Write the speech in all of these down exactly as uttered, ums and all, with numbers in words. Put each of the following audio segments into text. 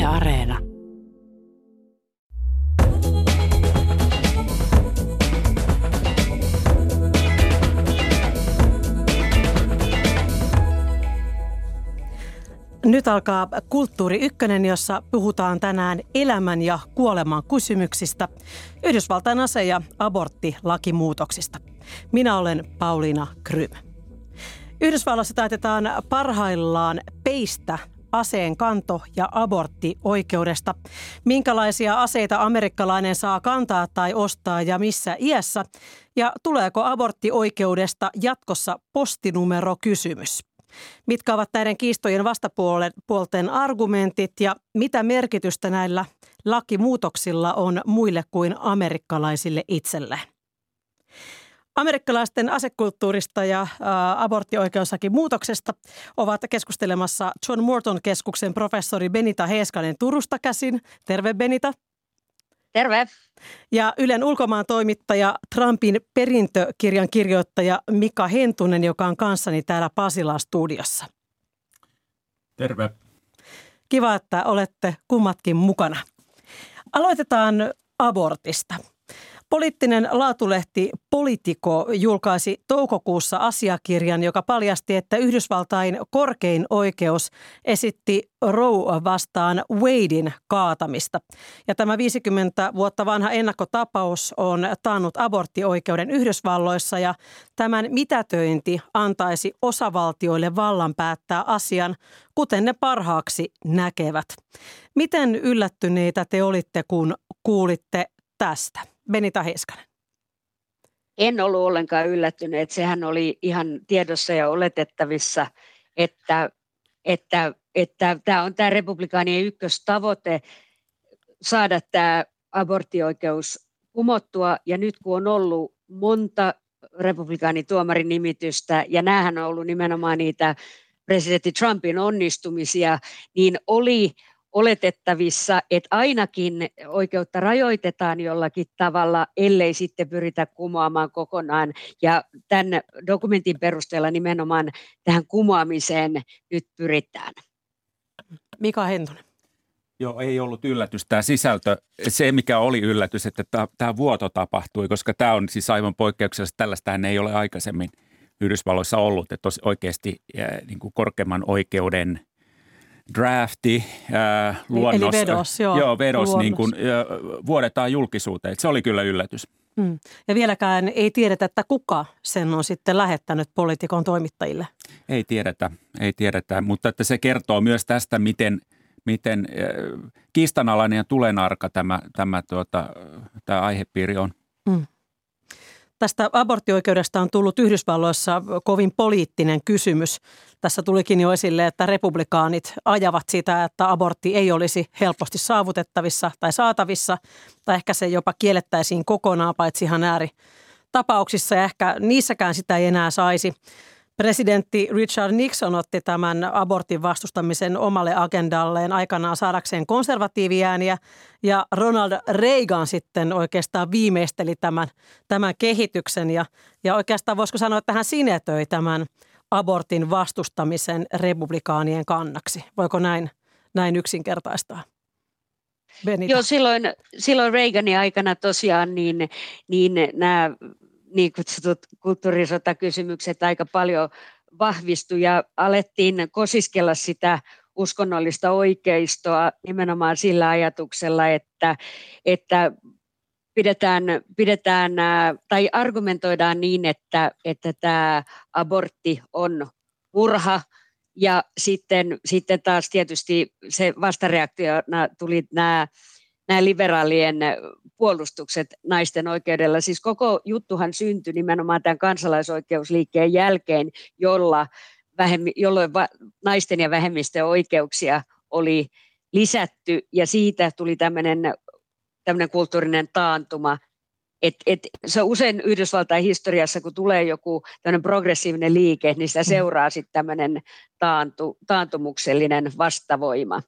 Areena. Nyt alkaa Kulttuuri Ykkönen, jossa puhutaan tänään elämän ja kuoleman kysymyksistä, Yhdysvaltain ase- ja aborttilakimuutoksista. Minä olen Pauliina Krym. Yhdysvalloissa taitetaan parhaillaan peistä aseen kanto- ja aborttioikeudesta. Minkälaisia aseita amerikkalainen saa kantaa tai ostaa ja missä iässä? Ja tuleeko aborttioikeudesta jatkossa postinumerokysymys? Mitkä ovat näiden kiistojen vastapuolten argumentit ja mitä merkitystä näillä lakimuutoksilla on muille kuin amerikkalaisille itselleen? Amerikkalaisten asekulttuurista ja ä, aborttioikeusakin muutoksesta ovat keskustelemassa John Morton-keskuksen professori Benita Heiskanen Turusta käsin. Terve Benita. Terve. Ja Ylen ulkomaan toimittaja, Trumpin perintökirjan kirjoittaja Mika Hentunen, joka on kanssani täällä Pasilan studiossa. Terve. Kiva, että olette kummatkin mukana. Aloitetaan abortista. Poliittinen laatulehti Politico julkaisi toukokuussa asiakirjan, joka paljasti, että Yhdysvaltain korkein oikeus esitti Roe vastaan Waden kaatamista. Ja tämä viisikymmentä vuotta vanha ennakkotapaus on taannut aborttioikeuden Yhdysvalloissa ja tämän mitätöinti antaisi osavaltioille vallan päättää asian, kuten ne parhaaksi näkevät. Miten yllättyneitä te olitte, kun kuulitte tästä? Benita Heiskanen. En ollut ollenkaan yllättynyt, että sehän oli ihan tiedossa ja oletettavissa, että, että, että tämä on tämä republikaanien ykköstavoite saada tämä aborttioikeus kumottua. Ja nyt kun on ollut monta republikaanituomarin nimitystä ja näähän on ollut nimenomaan niitä presidentti Trumpin onnistumisia, niin oli oletettavissa, että ainakin oikeutta rajoitetaan jollakin tavalla, ellei sitten pyritä kumoamaan kokonaan. Ja tämän dokumentin perusteella nimenomaan tähän kumoamiseen nyt pyritään. Mika Hentunen. Joo, ei ollut yllätys. Tämä sisältö, se mikä oli yllätys, että tämä, tämä vuoto tapahtui, koska tämä on siis aivan poikkeuksellista. Tällaistähän ei ole aikaisemmin Yhdysvalloissa ollut, että oikeasti niin kuin korkeimman oikeuden drafti, äh, luonnos, eli vedos, joo, joo, vedos niin kuin, äh, vuodetaan julkisuuteen. Se oli kyllä yllätys. Mm. Ja vieläkään ei tiedetä, että kuka sen on sitten lähettänyt Politikon toimittajille. Ei tiedetä, ei tiedetä, mutta että se kertoo myös tästä, miten, miten äh, kiistanalainen ja tulenarka tämä, tämä, tuota, tämä aihepiiri on. Mm. Tästä aborttioikeudesta on tullut Yhdysvalloissa kovin poliittinen kysymys. Tässä tulikin jo esille, että republikaanit ajavat sitä, että abortti ei olisi helposti saavutettavissa tai saatavissa, tai ehkä se jopa kiellettäisiin kokonaan, paitsi ihan ääritapauksissa, ja ehkä niissäkään sitä ei enää saisi. Presidentti Richard Nixon otti tämän abortin vastustamisen omalle agendalleen aikanaan saadakseen konservatiiviääniä ja Ronald Reagan sitten oikeastaan viimeisteli tämän, tämän kehityksen ja, ja oikeastaan voisiko sanoa, että hän sinetöi tämän abortin vastustamisen republikaanien kannaksi. Voiko näin, näin yksinkertaistaa? Benita. Joo, silloin, silloin Reaganin aikana tosiaan niin, niin nämä niin kutsutut kulttuurisotakysymykset aika paljon vahvistui ja alettiin kosiskella sitä uskonnollista oikeistoa nimenomaan sillä ajatuksella, että, että pidetään, pidetään tai argumentoidaan niin, että, että tämä abortti on murha. Ja sitten, sitten taas tietysti se vastareaktiona tuli nämä, nämä liberaalien puolustukset naisten oikeudella. Siis koko juttuhan syntyi nimenomaan tämän kansalaisoikeusliikkeen jälkeen, jolla vähemmi, jolloin va, naisten ja vähemmistön oikeuksia oli lisätty ja siitä tuli tämmöinen, tämmöinen kulttuurinen taantuma. Et, et, se on usein Yhdysvaltain historiassa, kun tulee joku tämmöinen progressiivinen liike, niin sitä seuraa sitten tämmöinen taantu, taantumuksellinen vastavoima.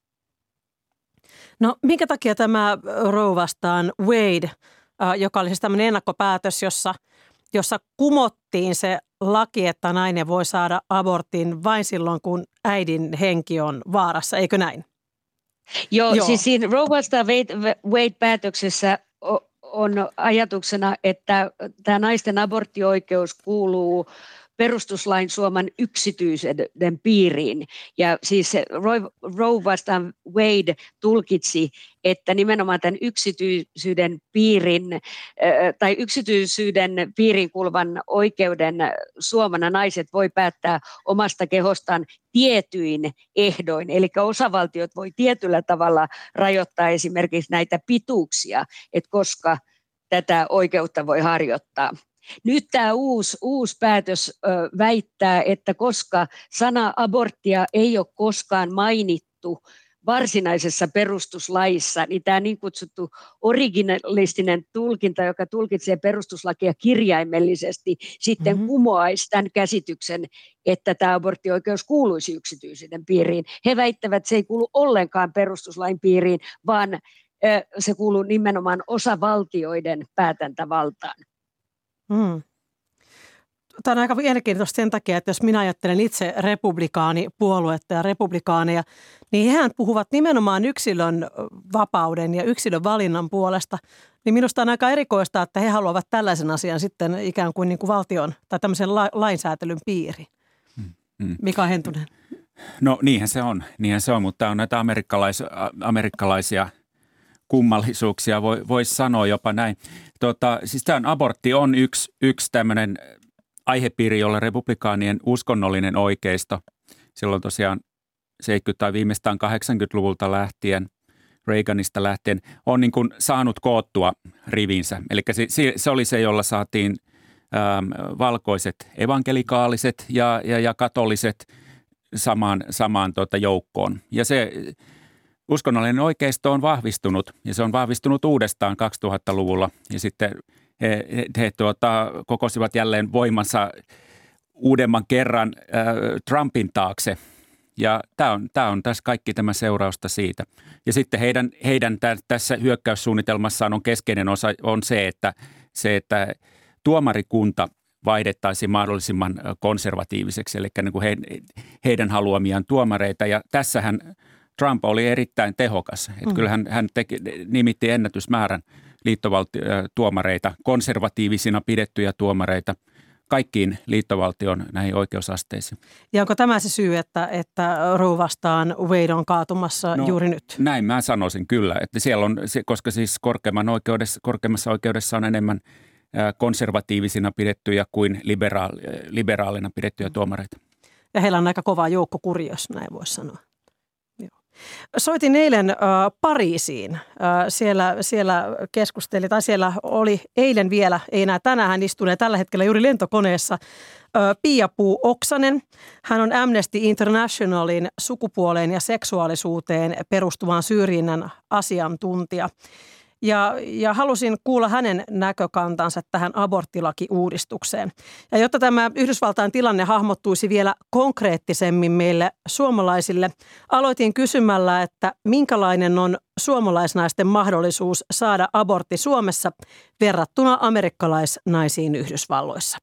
No minkä takia tämä Roe vastaan Wade, joka oli siis tämmöinen ennakkopäätös, jossa, jossa kumottiin se laki, että nainen voi saada abortin vain silloin, kun äidin henki on vaarassa, eikö näin? Joo, Joo. siis siinä Roe vastaan Wade, Wade-päätöksessä on ajatuksena, että tämä naisten aborttioikeus kuuluu perustuslain suoman yksityisyyden piiriin. Ja siis se Roe, Roe vastaan Wade tulkitsi, että nimenomaan tämän yksityisyyden piirin tai yksityisyyden piiriin kuuluvan oikeuden suomana naiset voi päättää omasta kehostaan tietyin ehdoin. Eli osavaltiot voi tietyllä tavalla rajoittaa esimerkiksi näitä pituuksia, että koska tätä oikeutta voi harjoittaa. Nyt tämä uusi, uusi päätös ö, väittää, että koska sana aborttia ei ole koskaan mainittu varsinaisessa perustuslaissa, niin tämä niin kutsuttu originalistinen tulkinta, joka tulkitsee perustuslakia kirjaimellisesti, sitten mm-hmm. kumoaisi tämän käsityksen, että tämä aborttioikeus kuuluisi yksityisyyden piiriin. He väittävät, että se ei kuulu ollenkaan perustuslain piiriin, vaan ö, se kuuluu nimenomaan osavaltioiden päätäntävaltaan. Hmm. Tämä on aika mielenkiintoista sen takia, että jos minä ajattelen itse republikaanipuoluetta ja republikaaneja, niin hehän puhuvat nimenomaan yksilön vapauden ja yksilön valinnan puolesta. Niin minusta on aika erikoista, että he haluavat tällaisen asian sitten ikään kuin, niin kuin valtion tai tämmöisen la- lainsäätelyn piiriin. Hmm. Mika Hentunen. No niinhän se on, niinhän se on, mutta on näitä amerikkalais- amerikkalaisia kummallisuuksia, voi, voisi sanoa jopa näin. Tota, siis tämä abortti on yksi, yksi tämmöinen aihepiiri, jolla republikaanien uskonnollinen oikeisto, silloin tosiaan seitsemänkymmentä- tai viimeistään kahdeksankymmentäluvulta lähtien, Reaganista lähtien, on niin kuin saanut koottua rivinsä. Eli se, se oli se, jolla saatiin äm, valkoiset evankelikaaliset ja, ja, ja katoliset samaan, samaan tota, joukkoon. Ja se uskonnollinen oikeisto on vahvistunut ja se on vahvistunut uudestaan kaksituhattaluvulla ja sitten he, he, he tuota, kokosivat jälleen voimansa uudemman kerran äh, Trumpin taakse ja tämä on, tämä on tässä kaikki tämä seurausta siitä. Ja sitten heidän, heidän tä, tässä hyökkäyssuunnitelmassaan on keskeinen osa on se, että, se, että tuomarikunta vaihdettaisiin mahdollisimman konservatiiviseksi, eli niin kuin he, heidän haluamiaan tuomareita ja tässähän Trump oli erittäin tehokas. Että mm. Kyllähän hän teki, nimitti ennätysmäärän liittovaltiotuomareita, konservatiivisina pidettyjä tuomareita kaikkiin liittovaltion näihin oikeusasteisiin. Ja onko tämä se syy, että, että Roe vastaan Wade on kaatumassa no, juuri nyt? Näin mä sanoisin kyllä, että siellä on, koska siis korkeimman oikeudessa, korkeimmassa oikeudessa on enemmän konservatiivisina pidettyjä kuin liberaali, liberaalina pidettyjä tuomareita. Ja heillä on aika kova joukkokuri, jos näin voisi sanoa. Soitin eilen äh, Pariisiin. Äh, siellä, siellä keskusteli, tai siellä oli eilen vielä, ei enää tänään, hän istunee tällä hetkellä juuri lentokoneessa, äh, Pia-Puu Oksanen. Hän on Amnesty Internationalin sukupuoleen ja seksuaalisuuteen perustuvan syrjinnän asiantuntija. Ja, ja halusin kuulla hänen näkökantansa tähän aborttilakiuudistukseen. Ja jotta tämä Yhdysvaltain tilanne hahmottuisi vielä konkreettisemmin meille suomalaisille, aloitin kysymällä, että minkälainen on suomalaisnaisten mahdollisuus saada abortti Suomessa verrattuna amerikkalaisnaisiin Yhdysvalloissa?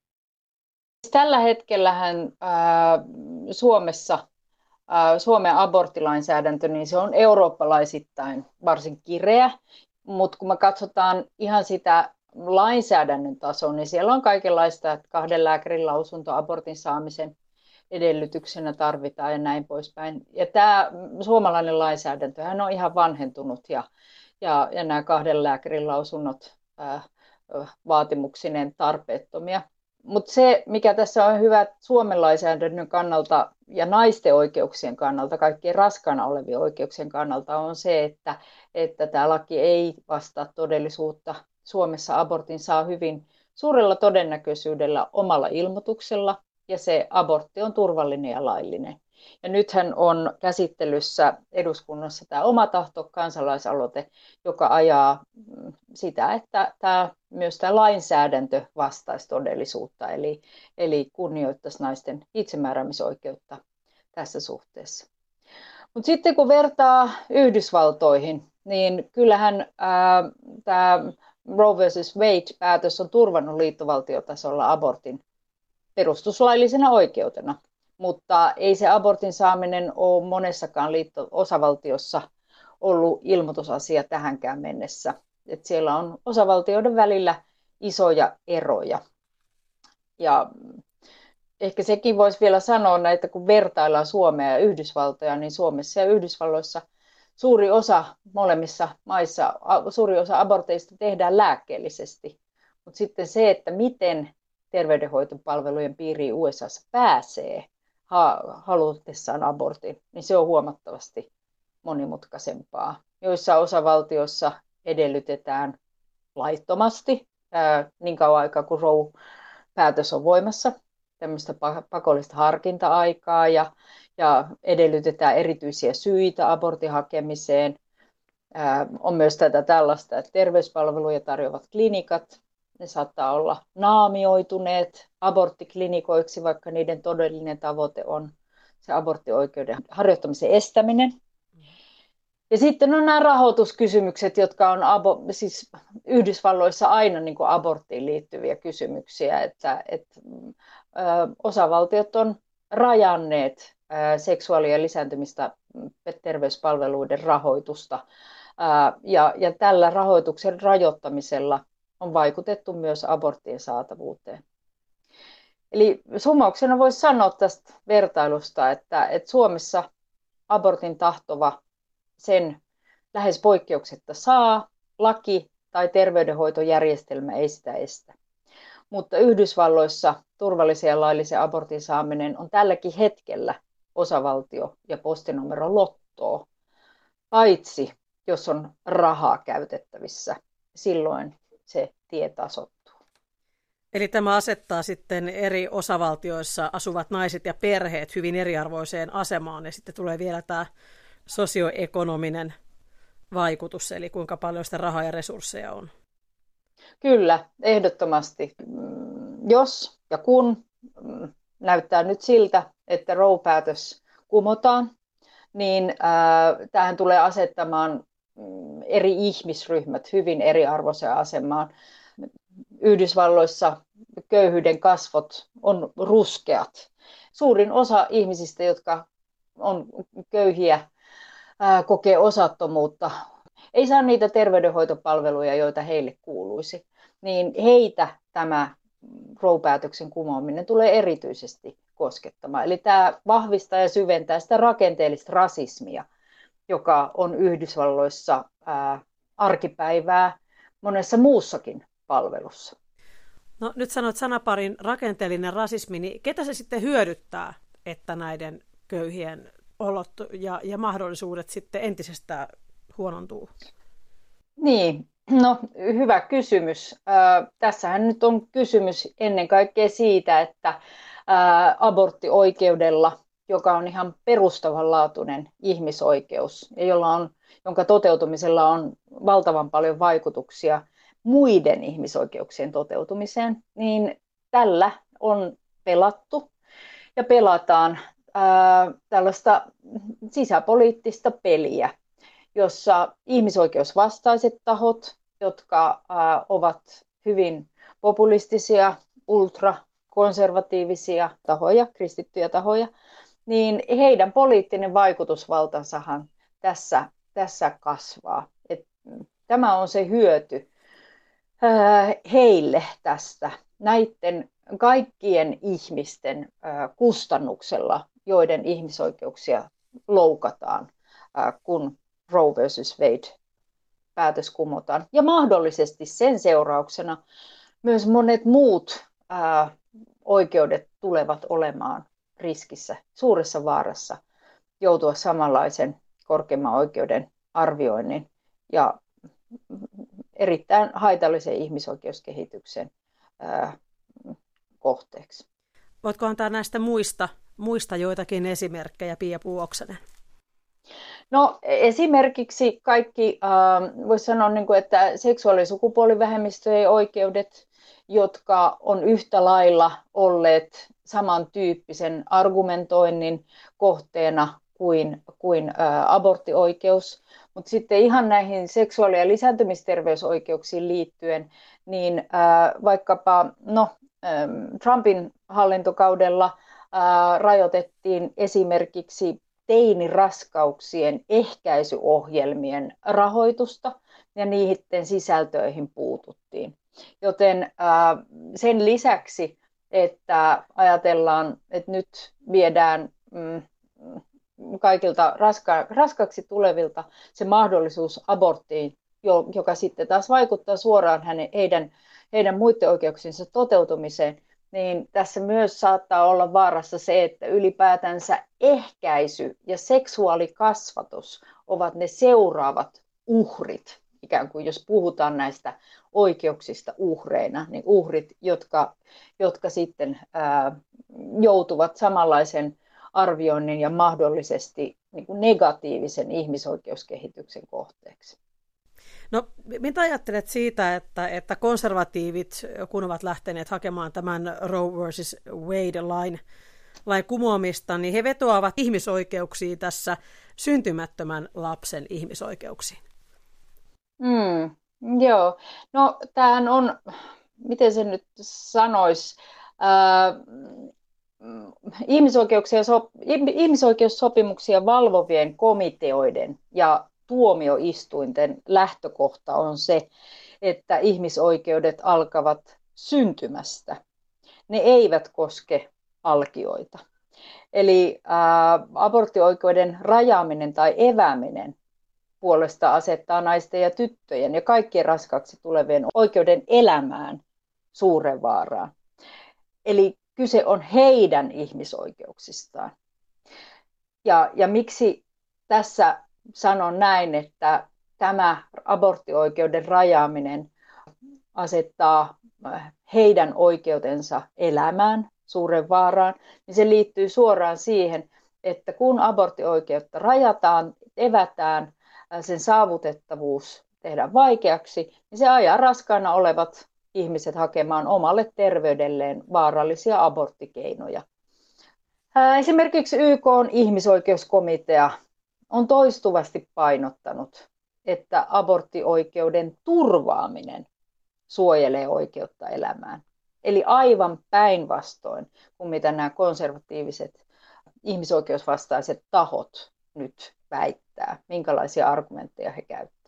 Tällä hetkellähän ää, Suomessa ää, Suomen aborttilainsäädäntö, niin se on eurooppalaisittain varsin kireä. Mutta kun me katsotaan ihan sitä lainsäädännön tasoa, niin siellä on kaikenlaista, että kahden lääkärin lausunto abortin saamisen edellytyksenä tarvitaan ja näin poispäin. Ja tämä suomalainen lainsäädäntöhän on ihan vanhentunut ja, ja, ja nämä kahden lääkärin lausunnot ää, vaatimuksineen tarpeettomia. Mutta se, mikä tässä on hyvä Suomen lainsäädännön kannalta ja naisten oikeuksien kannalta, kaikkien raskaana olevien oikeuksien kannalta, on se, että, että tämä laki ei vastaa todellisuutta. Suomessa abortin saa hyvin suurella todennäköisyydellä omalla ilmoituksella, ja se abortti on turvallinen ja laillinen. Ja nythän on käsittelyssä eduskunnassa tämä oma tahto kansalaisaloite, joka ajaa sitä, että tämä, myös tämä lainsäädäntö vastaisi todellisuutta, eli, eli kunnioittaisi naisten itsemääräämisoikeutta tässä suhteessa. Mutta sitten kun vertaa Yhdysvaltoihin, niin kyllähän ää, tämä Roe versus Wade-päätös on turvannut liittovaltiotasolla abortin perustuslaillisena oikeutena. Mutta ei se abortin saaminen ole monessakaan liitto- osavaltiossa ollut ilmoitusasia tähänkään mennessä. Et siellä on osavaltioiden välillä isoja eroja. Ja ehkä sekin voisi vielä sanoa, että kun vertaillaan Suomea ja Yhdysvaltoja, niin Suomessa ja Yhdysvalloissa suuri osa molemmissa maissa, suuri osa aborteista tehdään lääkkeellisesti. Mutta sitten se, että miten terveydenhoitopalvelujen piiriin U S A:ssa pääsee halutessaan abortin, niin se on huomattavasti monimutkaisempaa. Joissa osavaltioissa edellytetään laittomasti ää, niin kauan aikaa kuin Roe-päätös on voimassa, tämmöistä pakollista harkinta-aikaa ja, ja edellytetään erityisiä syitä abortin hakemiseen. Ää, on myös tätä tällaista, että terveyspalveluja tarjoavat klinikat, ne saattaa olla naamioituneet aborttiklinikoiksi, vaikka niiden todellinen tavoite on se aborttioikeuden harjoittamisen estäminen. Ja sitten on nämä rahoituskysymykset, jotka on abo- siis Yhdysvalloissa aina niin kuin aborttiin liittyviä kysymyksiä, että, että ö, osavaltiot on rajanneet ö, seksuaali- ja lisääntymistä terveyspalveluiden rahoitusta. Ö, ja, ja tällä rahoituksen rajoittamisella on vaikutettu myös aborttien saatavuuteen. Eli summauksena voisi sanoa tästä vertailusta, että, että Suomessa abortin tahtova sen lähes poikkeuksetta saa, laki tai terveydenhoitojärjestelmä ei sitä estä. Mutta Yhdysvalloissa turvallisen ja laillisen abortin saaminen on tälläkin hetkellä osavaltio- ja postinumero lottoa, paitsi jos on rahaa käytettävissä, silloin se tie tasoittuu. Eli tämä asettaa sitten eri osavaltioissa asuvat naiset ja perheet hyvin eriarvoiseen asemaan, ja sitten tulee vielä tämä sosioekonominen vaikutus, eli kuinka paljon sitä rahaa ja resursseja on. Kyllä, ehdottomasti. Jos ja kun näyttää nyt siltä, että Roe-päätös kumotaan, niin äh, tähän tulee asettamaan eri ihmisryhmät hyvin eriarvoiseen asemaan. Yhdysvalloissa köyhyyden kasvot on ruskeat. Suurin osa ihmisistä, jotka on köyhiä, ää, kokee osattomuutta, ei saa niitä terveydenhoitopalveluja, joita heille kuuluisi, niin heitä tämä Roe-päätöksen kumoaminen tulee erityisesti koskettamaan. Eli tämä vahvistaa ja syventää sitä rakenteellista rasismia, joka on Yhdysvalloissa ää, arkipäivää monessa muussakin palvelussa. No nyt sanoit sanaparin rakenteellinen rasismi, niin ketä se sitten hyödyttää, että näiden köyhien olot ja, ja mahdollisuudet sitten entisestään huonontuu? Niin, no hyvä kysymys. Äh, tässähän nyt on kysymys ennen kaikkea siitä, että äh, aborttioikeudella, joka on ihan perustavanlaatuinen ihmisoikeus ja jolla on, jonka toteutumisella on valtavan paljon vaikutuksia muiden ihmisoikeuksien toteutumiseen, niin tällä on pelattu ja pelataan ää, tällaista sisäpoliittista peliä, jossa ihmisoikeusvastaiset tahot, jotka ää, ovat hyvin populistisia, ultrakonservatiivisia tahoja, kristittyjä tahoja, niin heidän poliittinen vaikutusvaltansahan tässä, tässä kasvaa. Et tämä on se hyöty heille tästä, näiden kaikkien ihmisten kustannuksella, joiden ihmisoikeuksia loukataan, kun Roe versus Wade päätös kumotaan. Ja mahdollisesti sen seurauksena myös monet muut oikeudet tulevat olemaan riskissä, suuressa vaarassa joutua samanlaisen korkeimman oikeuden arvioinnin ja erittäin haitallisen ihmisoikeuskehityksen ää, kohteeksi. Voitko antaa näistä muista, muista joitakin esimerkkejä, Pia Puoksanen? No esimerkiksi kaikki, äh, voisi sanoa, niin kuin, että seksuaali- ja sukupuolivähemmistöjen oikeudet, jotka on yhtä lailla olleet samantyyppisen argumentoinnin kohteena kuin, kuin ä, aborttioikeus. Mutta sitten ihan näihin seksuaali- ja lisääntymisterveysoikeuksiin liittyen, niin ä, vaikkapa no, ä, Trumpin hallintokaudella ä, rajoitettiin esimerkiksi teiniraskauksien ehkäisyohjelmien rahoitusta ja niiden sisältöihin puututtiin. Joten ää, sen lisäksi, että ajatellaan, että nyt viedään mm, kaikilta raska- raskaksi tulevilta se mahdollisuus aborttiin, joka sitten taas vaikuttaa suoraan hänen, heidän, heidän muiden oikeuksiensa toteutumiseen, niin tässä myös saattaa olla vaarassa se, että ylipäätänsä ehkäisy ja seksuaalikasvatus ovat ne seuraavat uhrit, ikään kuin jos puhutaan näistä oikeuksista uhreina, niin uhrit, jotka, jotka sitten ää, joutuvat samanlaisen arvioinnin ja mahdollisesti niin kuin negatiivisen ihmisoikeuskehityksen kohteeksi. No, mitä ajattelet siitä, että, että konservatiivit, kun ovat lähteneet hakemaan tämän Roe versus Wade-lain lain kumoamista, niin he vetoavat ihmisoikeuksiin tässä, syntymättömän lapsen ihmisoikeuksiin? Mm, joo, no tämähän on, miten se nyt sanoisi, äh, ihmisoikeuksia, ihmisoikeussopimuksia valvovien komiteoiden ja tuomioistuinten lähtökohta on se, että ihmisoikeudet alkavat syntymästä. Ne eivät koske alkioita. Eli ää, aborttioikeuden rajaaminen tai evääminen puolesta asettaa naisten ja tyttöjen ja kaikkien raskaaksi tulevien oikeuden elämään suuren vaaraan. Eli kyse on heidän ihmisoikeuksistaan. Ja, ja miksi tässä sanon näin, että tämä aborttioikeuden rajaaminen asettaa heidän oikeutensa elämään suuren vaaraan, niin se liittyy suoraan siihen, että kun aborttioikeutta rajataan, evätään, sen saavutettavuus tehdään vaikeaksi, niin se ajaa raskaana olevat ihmiset hakemaan omalle terveydelleen vaarallisia aborttikeinoja. Esimerkiksi Y K:n ihmisoikeuskomitea on toistuvasti painottanut, että aborttioikeuden turvaaminen suojelee oikeutta elämään. Eli aivan päinvastoin kuin mitä nämä konservatiiviset ihmisoikeusvastaiset tahot nyt väittää, minkälaisia argumentteja he käyttävät.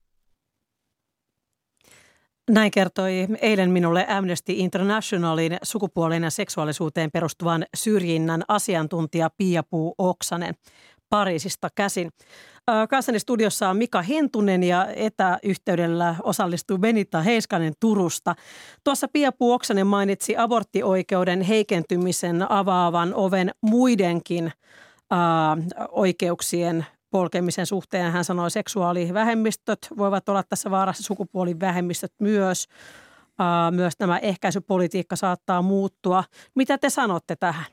Näin kertoi eilen minulle Amnesty Internationalin sukupuoleen ja seksuaalisuuteen perustuvan syrjinnän asiantuntija Pia Puu-Oksanen Pariisista käsin. Kanssani studiossa on Mika Hentunen ja etäyhteydellä osallistuu Benita Heiskanen Turusta. Tuossa Pia Puu-Oksanen mainitsi aborttioikeuden heikentymisen avaavan oven muidenkin ää, oikeuksien polkemisen suhteen. Hän sanoi, että seksuaalivähemmistöt voivat olla tässä vaarassa, sukupuolivähemmistöt myös. Ää, myös tämä ehkäisypolitiikka saattaa muuttua. Mitä te sanotte tähän?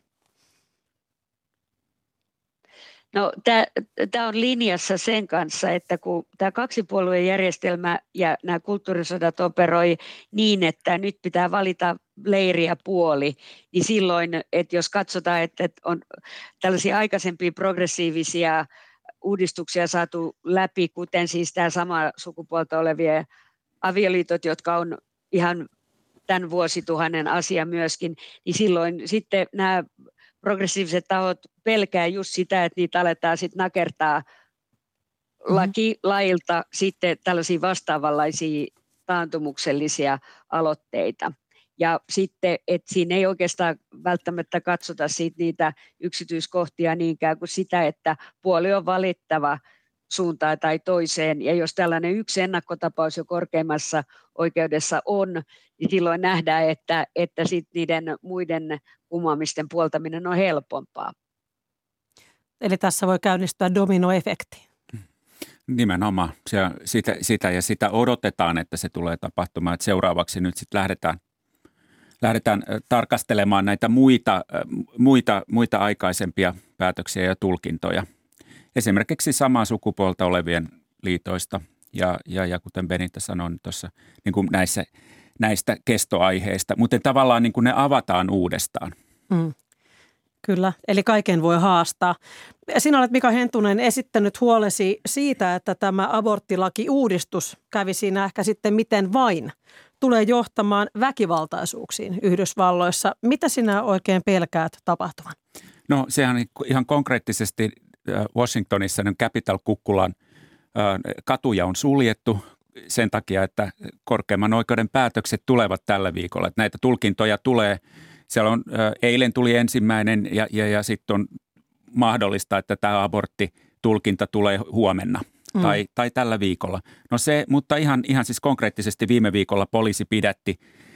No, tämä on linjassa sen kanssa, että kun tämä kaksipuolueen järjestelmä ja nämä kulttuurisodat operoi niin, että nyt pitää valita leiri ja puoli, niin silloin, että jos katsotaan, että on tällaisia aikaisempia progressiivisia uudistuksia saatu läpi, kuten siis tämä sama sukupuolta olevien avioliitot, jotka on ihan tämän vuosituhannen asia myöskin, niin silloin sitten nämä progressiiviset tahot pelkää just sitä, että niitä aletaan sitten nakertaa laki, lailta sitten tällaisia vastaavanlaisia taantumuksellisia aloitteita. Ja sitten, että siinä ei oikeastaan välttämättä katsota siitä niitä yksityiskohtia niinkään kuin sitä, että puoli on valittava suuntaan tai toiseen. Ja jos tällainen yksi ennakkotapaus jo korkeimmassa oikeudessa on, niin silloin nähdään, että, että sit niiden muiden kumoamisten puoltaminen on helpompaa. Eli tässä voi käynnistyä dominoefekti. Nimenomaan. Se, sitä, sitä ja sitä odotetaan, että se tulee tapahtumaan. Että seuraavaksi nyt sitten lähdetään, lähdetään tarkastelemaan näitä muita, muita, muita aikaisempia päätöksiä ja tulkintoja. Esimerkiksi samaa sukupuolta olevien liitoista ja, ja, ja kuten Benita sanoi tuossa niin kuin näissä, näistä kestoaiheista, mutta tavallaan niin kuin ne avataan uudestaan. Mm. Kyllä, eli kaiken voi haastaa. Sinä olet, Mika Hentunen, esittänyt huolesi siitä, että tämä aborttilaki-uudistus kävi siinä ehkä sitten miten vain tulee johtamaan väkivaltaisuuksiin Yhdysvalloissa. Mitä sinä oikein pelkäät tapahtuvan? No sehän ihan konkreettisesti Washingtonissa Capitol-kukkulan katuja on suljettu sen takia, että korkeimman oikeuden päätökset tulevat tällä viikolla. Että näitä tulkintoja tulee. Siellä on, eilen tuli ensimmäinen ja, ja, ja sitten on mahdollista, että tämä aborttitulkinta tulee huomenna mm. tai, tai tällä viikolla. No se, mutta ihan, ihan siis konkreettisesti viime viikolla poliisi pidätti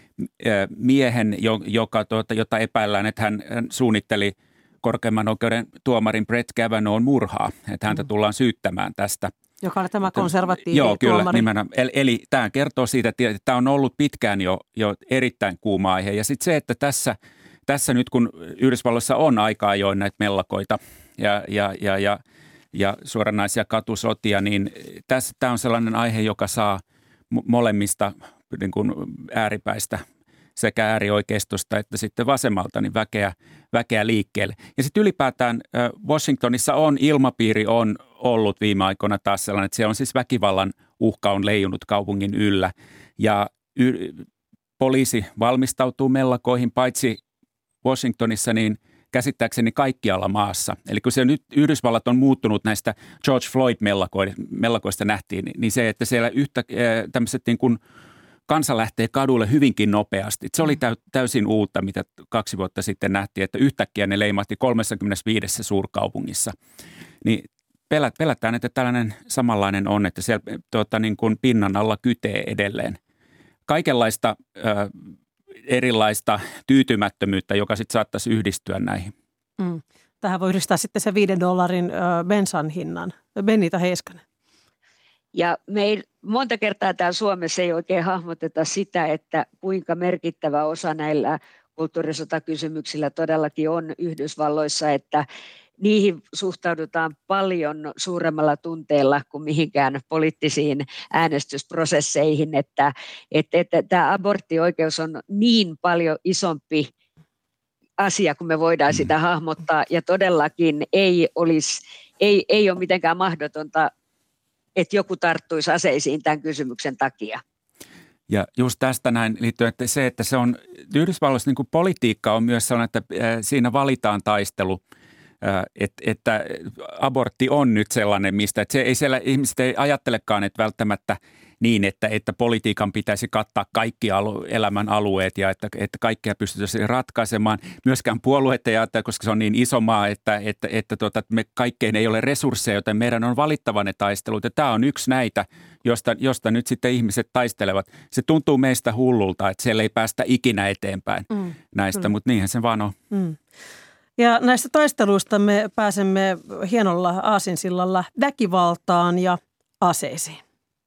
miehen, joka, tuota, jota epäillään, että hän suunnitteli korkeimman oikeuden tuomarin Brett Kavanaghen murhaa. Että häntä tullaan syyttämään tästä. Joka oli tämä konservatiivi Joo, kyllä, tuomari. nimenomaan. Eli, eli tämä kertoo siitä, että tämä on ollut pitkään jo, jo erittäin kuuma aihe. Ja sitten se, että tässä, tässä nyt kun Yhdysvalloissa on aika ajoin näitä mellakoita ja, ja, ja, ja, ja suoranaisia katusotia, niin tässä tämä on sellainen aihe, joka saa molemmista niin kuin ääripäistä sekä äärioikeistosta että sitten vasemmalta niin väkeä, väkeä liikkeelle. Ja sitten ylipäätään Washingtonissa on, ilmapiiri on ollut viime aikoina taas sellainen, että siellä on siis väkivallan uhka on leijunut kaupungin yllä. Ja y- poliisi valmistautuu mellakoihin paitsi Washingtonissa, niin käsittääkseni kaikkialla maassa. Eli kun se nyt Yhdysvallat on muuttunut näistä George Floyd-mellakoista nähtiin, niin se, että siellä yhtä tämmöiset niin kuin kansa lähtee kadulle hyvinkin nopeasti. Se oli täysin uutta, mitä kaksi vuotta sitten nähtiin, että yhtäkkiä ne leimahti kolmekymmentäviisi suurkaupungissa. Niin pelätään, että tällainen samanlainen on, että siellä tuota, niin kuin pinnan alla kytee edelleen. Kaikenlaista ö, erilaista tyytymättömyyttä, joka sitten saattaisi yhdistyä näihin. Mm. Tähän voi yhdistää sitten se viiden dollarin ö, bensan hinnan. Benita Heiskanen. Ja me monta kertaa täällä Suomessa ei oikein hahmoteta sitä, että kuinka merkittävä osa näillä kulttuurisotakysymyksillä todellakin on Yhdysvalloissa, että niihin suhtaudutaan paljon suuremmalla tunteella kuin mihinkään poliittisiin äänestysprosesseihin, että, että, että tämä aborttioikeus on niin paljon isompi asia, kun me voidaan sitä hahmottaa, ja todellakin ei, olisi, ei, ei ole mitenkään mahdotonta, että joku tarttuisi aseisiin tämän kysymyksen takia. Ja just tästä näin liittyen, että se, että se on, Yhdysvalloissa niin kuin politiikka on myös sellainen, että siinä valitaan taistelu, että, että abortti on nyt sellainen, mistä, että se ei siellä, ihmiset ei ajattelekaan, että välttämättä niin, että, että politiikan pitäisi kattaa kaikki alu, elämän alueet ja että, että kaikkea pystyttäisiin ratkaisemaan. Myöskään puolueet ei ajattele, koska se on niin iso maa, että, että, että, tuota, että me kaikkeen ei ole resursseja, joten meidän on valittava ne taistelut. Ja tämä on yksi näitä, josta, josta nyt sitten ihmiset taistelevat. Se tuntuu meistä hullulta, että siellä ei päästä ikinä eteenpäin mm, näistä, kyllä. Mutta niinhän se vaan on. Mm. Ja näistä taisteluista me pääsemme hienolla aasinsillalla väkivaltaan ja aseisiin.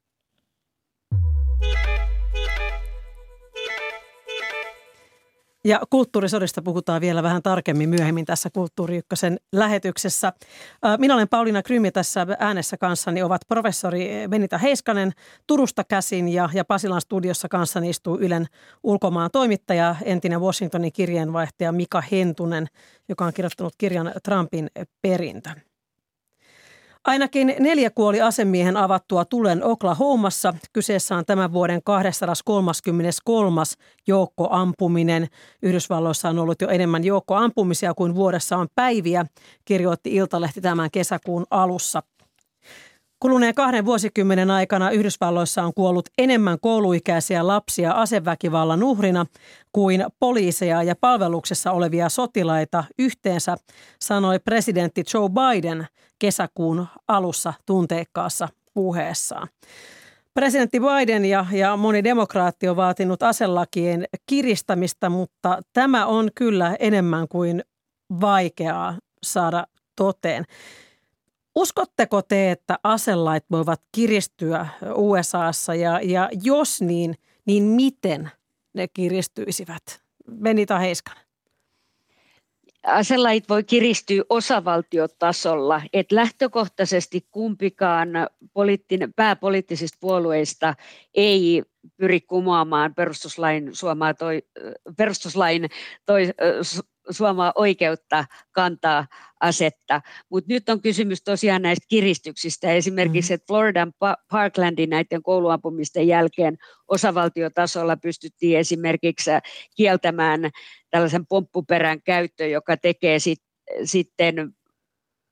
Ja kulttuurisodista puhutaan vielä vähän tarkemmin myöhemmin tässä Kulttuuri Ykkösen lähetyksessä. Minä olen Pauliina Krym ja tässä äänessä kanssani ovat professori Benita Heiskanen Turusta käsin ja, ja Pasilan studiossa kanssani istuu Ylen ulkomaan toimittaja, entinen Washingtonin kirjeenvaihtaja Mika Hentunen, joka on kirjoittanut kirjan Trumpin perintö. Ainakin neljä kuoli asemiehen avattua tulen Oklahomassa. Kyseessä on tämän vuoden kaksisataakolmekymmentäkolme joukkoampuminen. Yhdysvalloissa on ollut jo enemmän joukkoampumisia kuin vuodessa on päiviä, kirjoitti Iltalehti tämän kesäkuun alussa. Kuluneen kahden vuosikymmenen aikana Yhdysvalloissa on kuollut enemmän kouluikäisiä lapsia aseväkivallan uhrina kuin poliiseja ja palveluksessa olevia sotilaita yhteensä, sanoi presidentti Joe Biden kesäkuun alussa tunteikkaassa puheessaan. Presidentti Biden ja, ja moni demokraatti on vaatinut aselakien kiristämistä, mutta tämä on kyllä enemmän kuin vaikeaa saada toteen. Uskotteko te, että aselait voivat kiristyä U S A:ssa ja, ja jos niin, niin miten ne kiristyisivät? Benita Heiskanen. Aselait voi kiristyä osavaltiotasolla, että lähtökohtaisesti kumpikaan poliittinen, pääpoliittisista puolueista ei pyri kumoamaan perustuslain suomaa toi, perustuslain toi, suomaa oikeutta kantaa asetta. Mutta nyt on kysymys tosiaan näistä kiristyksistä. Esimerkiksi, että Floridan Parklandin näiden kouluampumisten jälkeen osavaltiotasolla pystyttiin esimerkiksi kieltämään tällaisen pomppuperän käyttö, joka tekee sit, sitten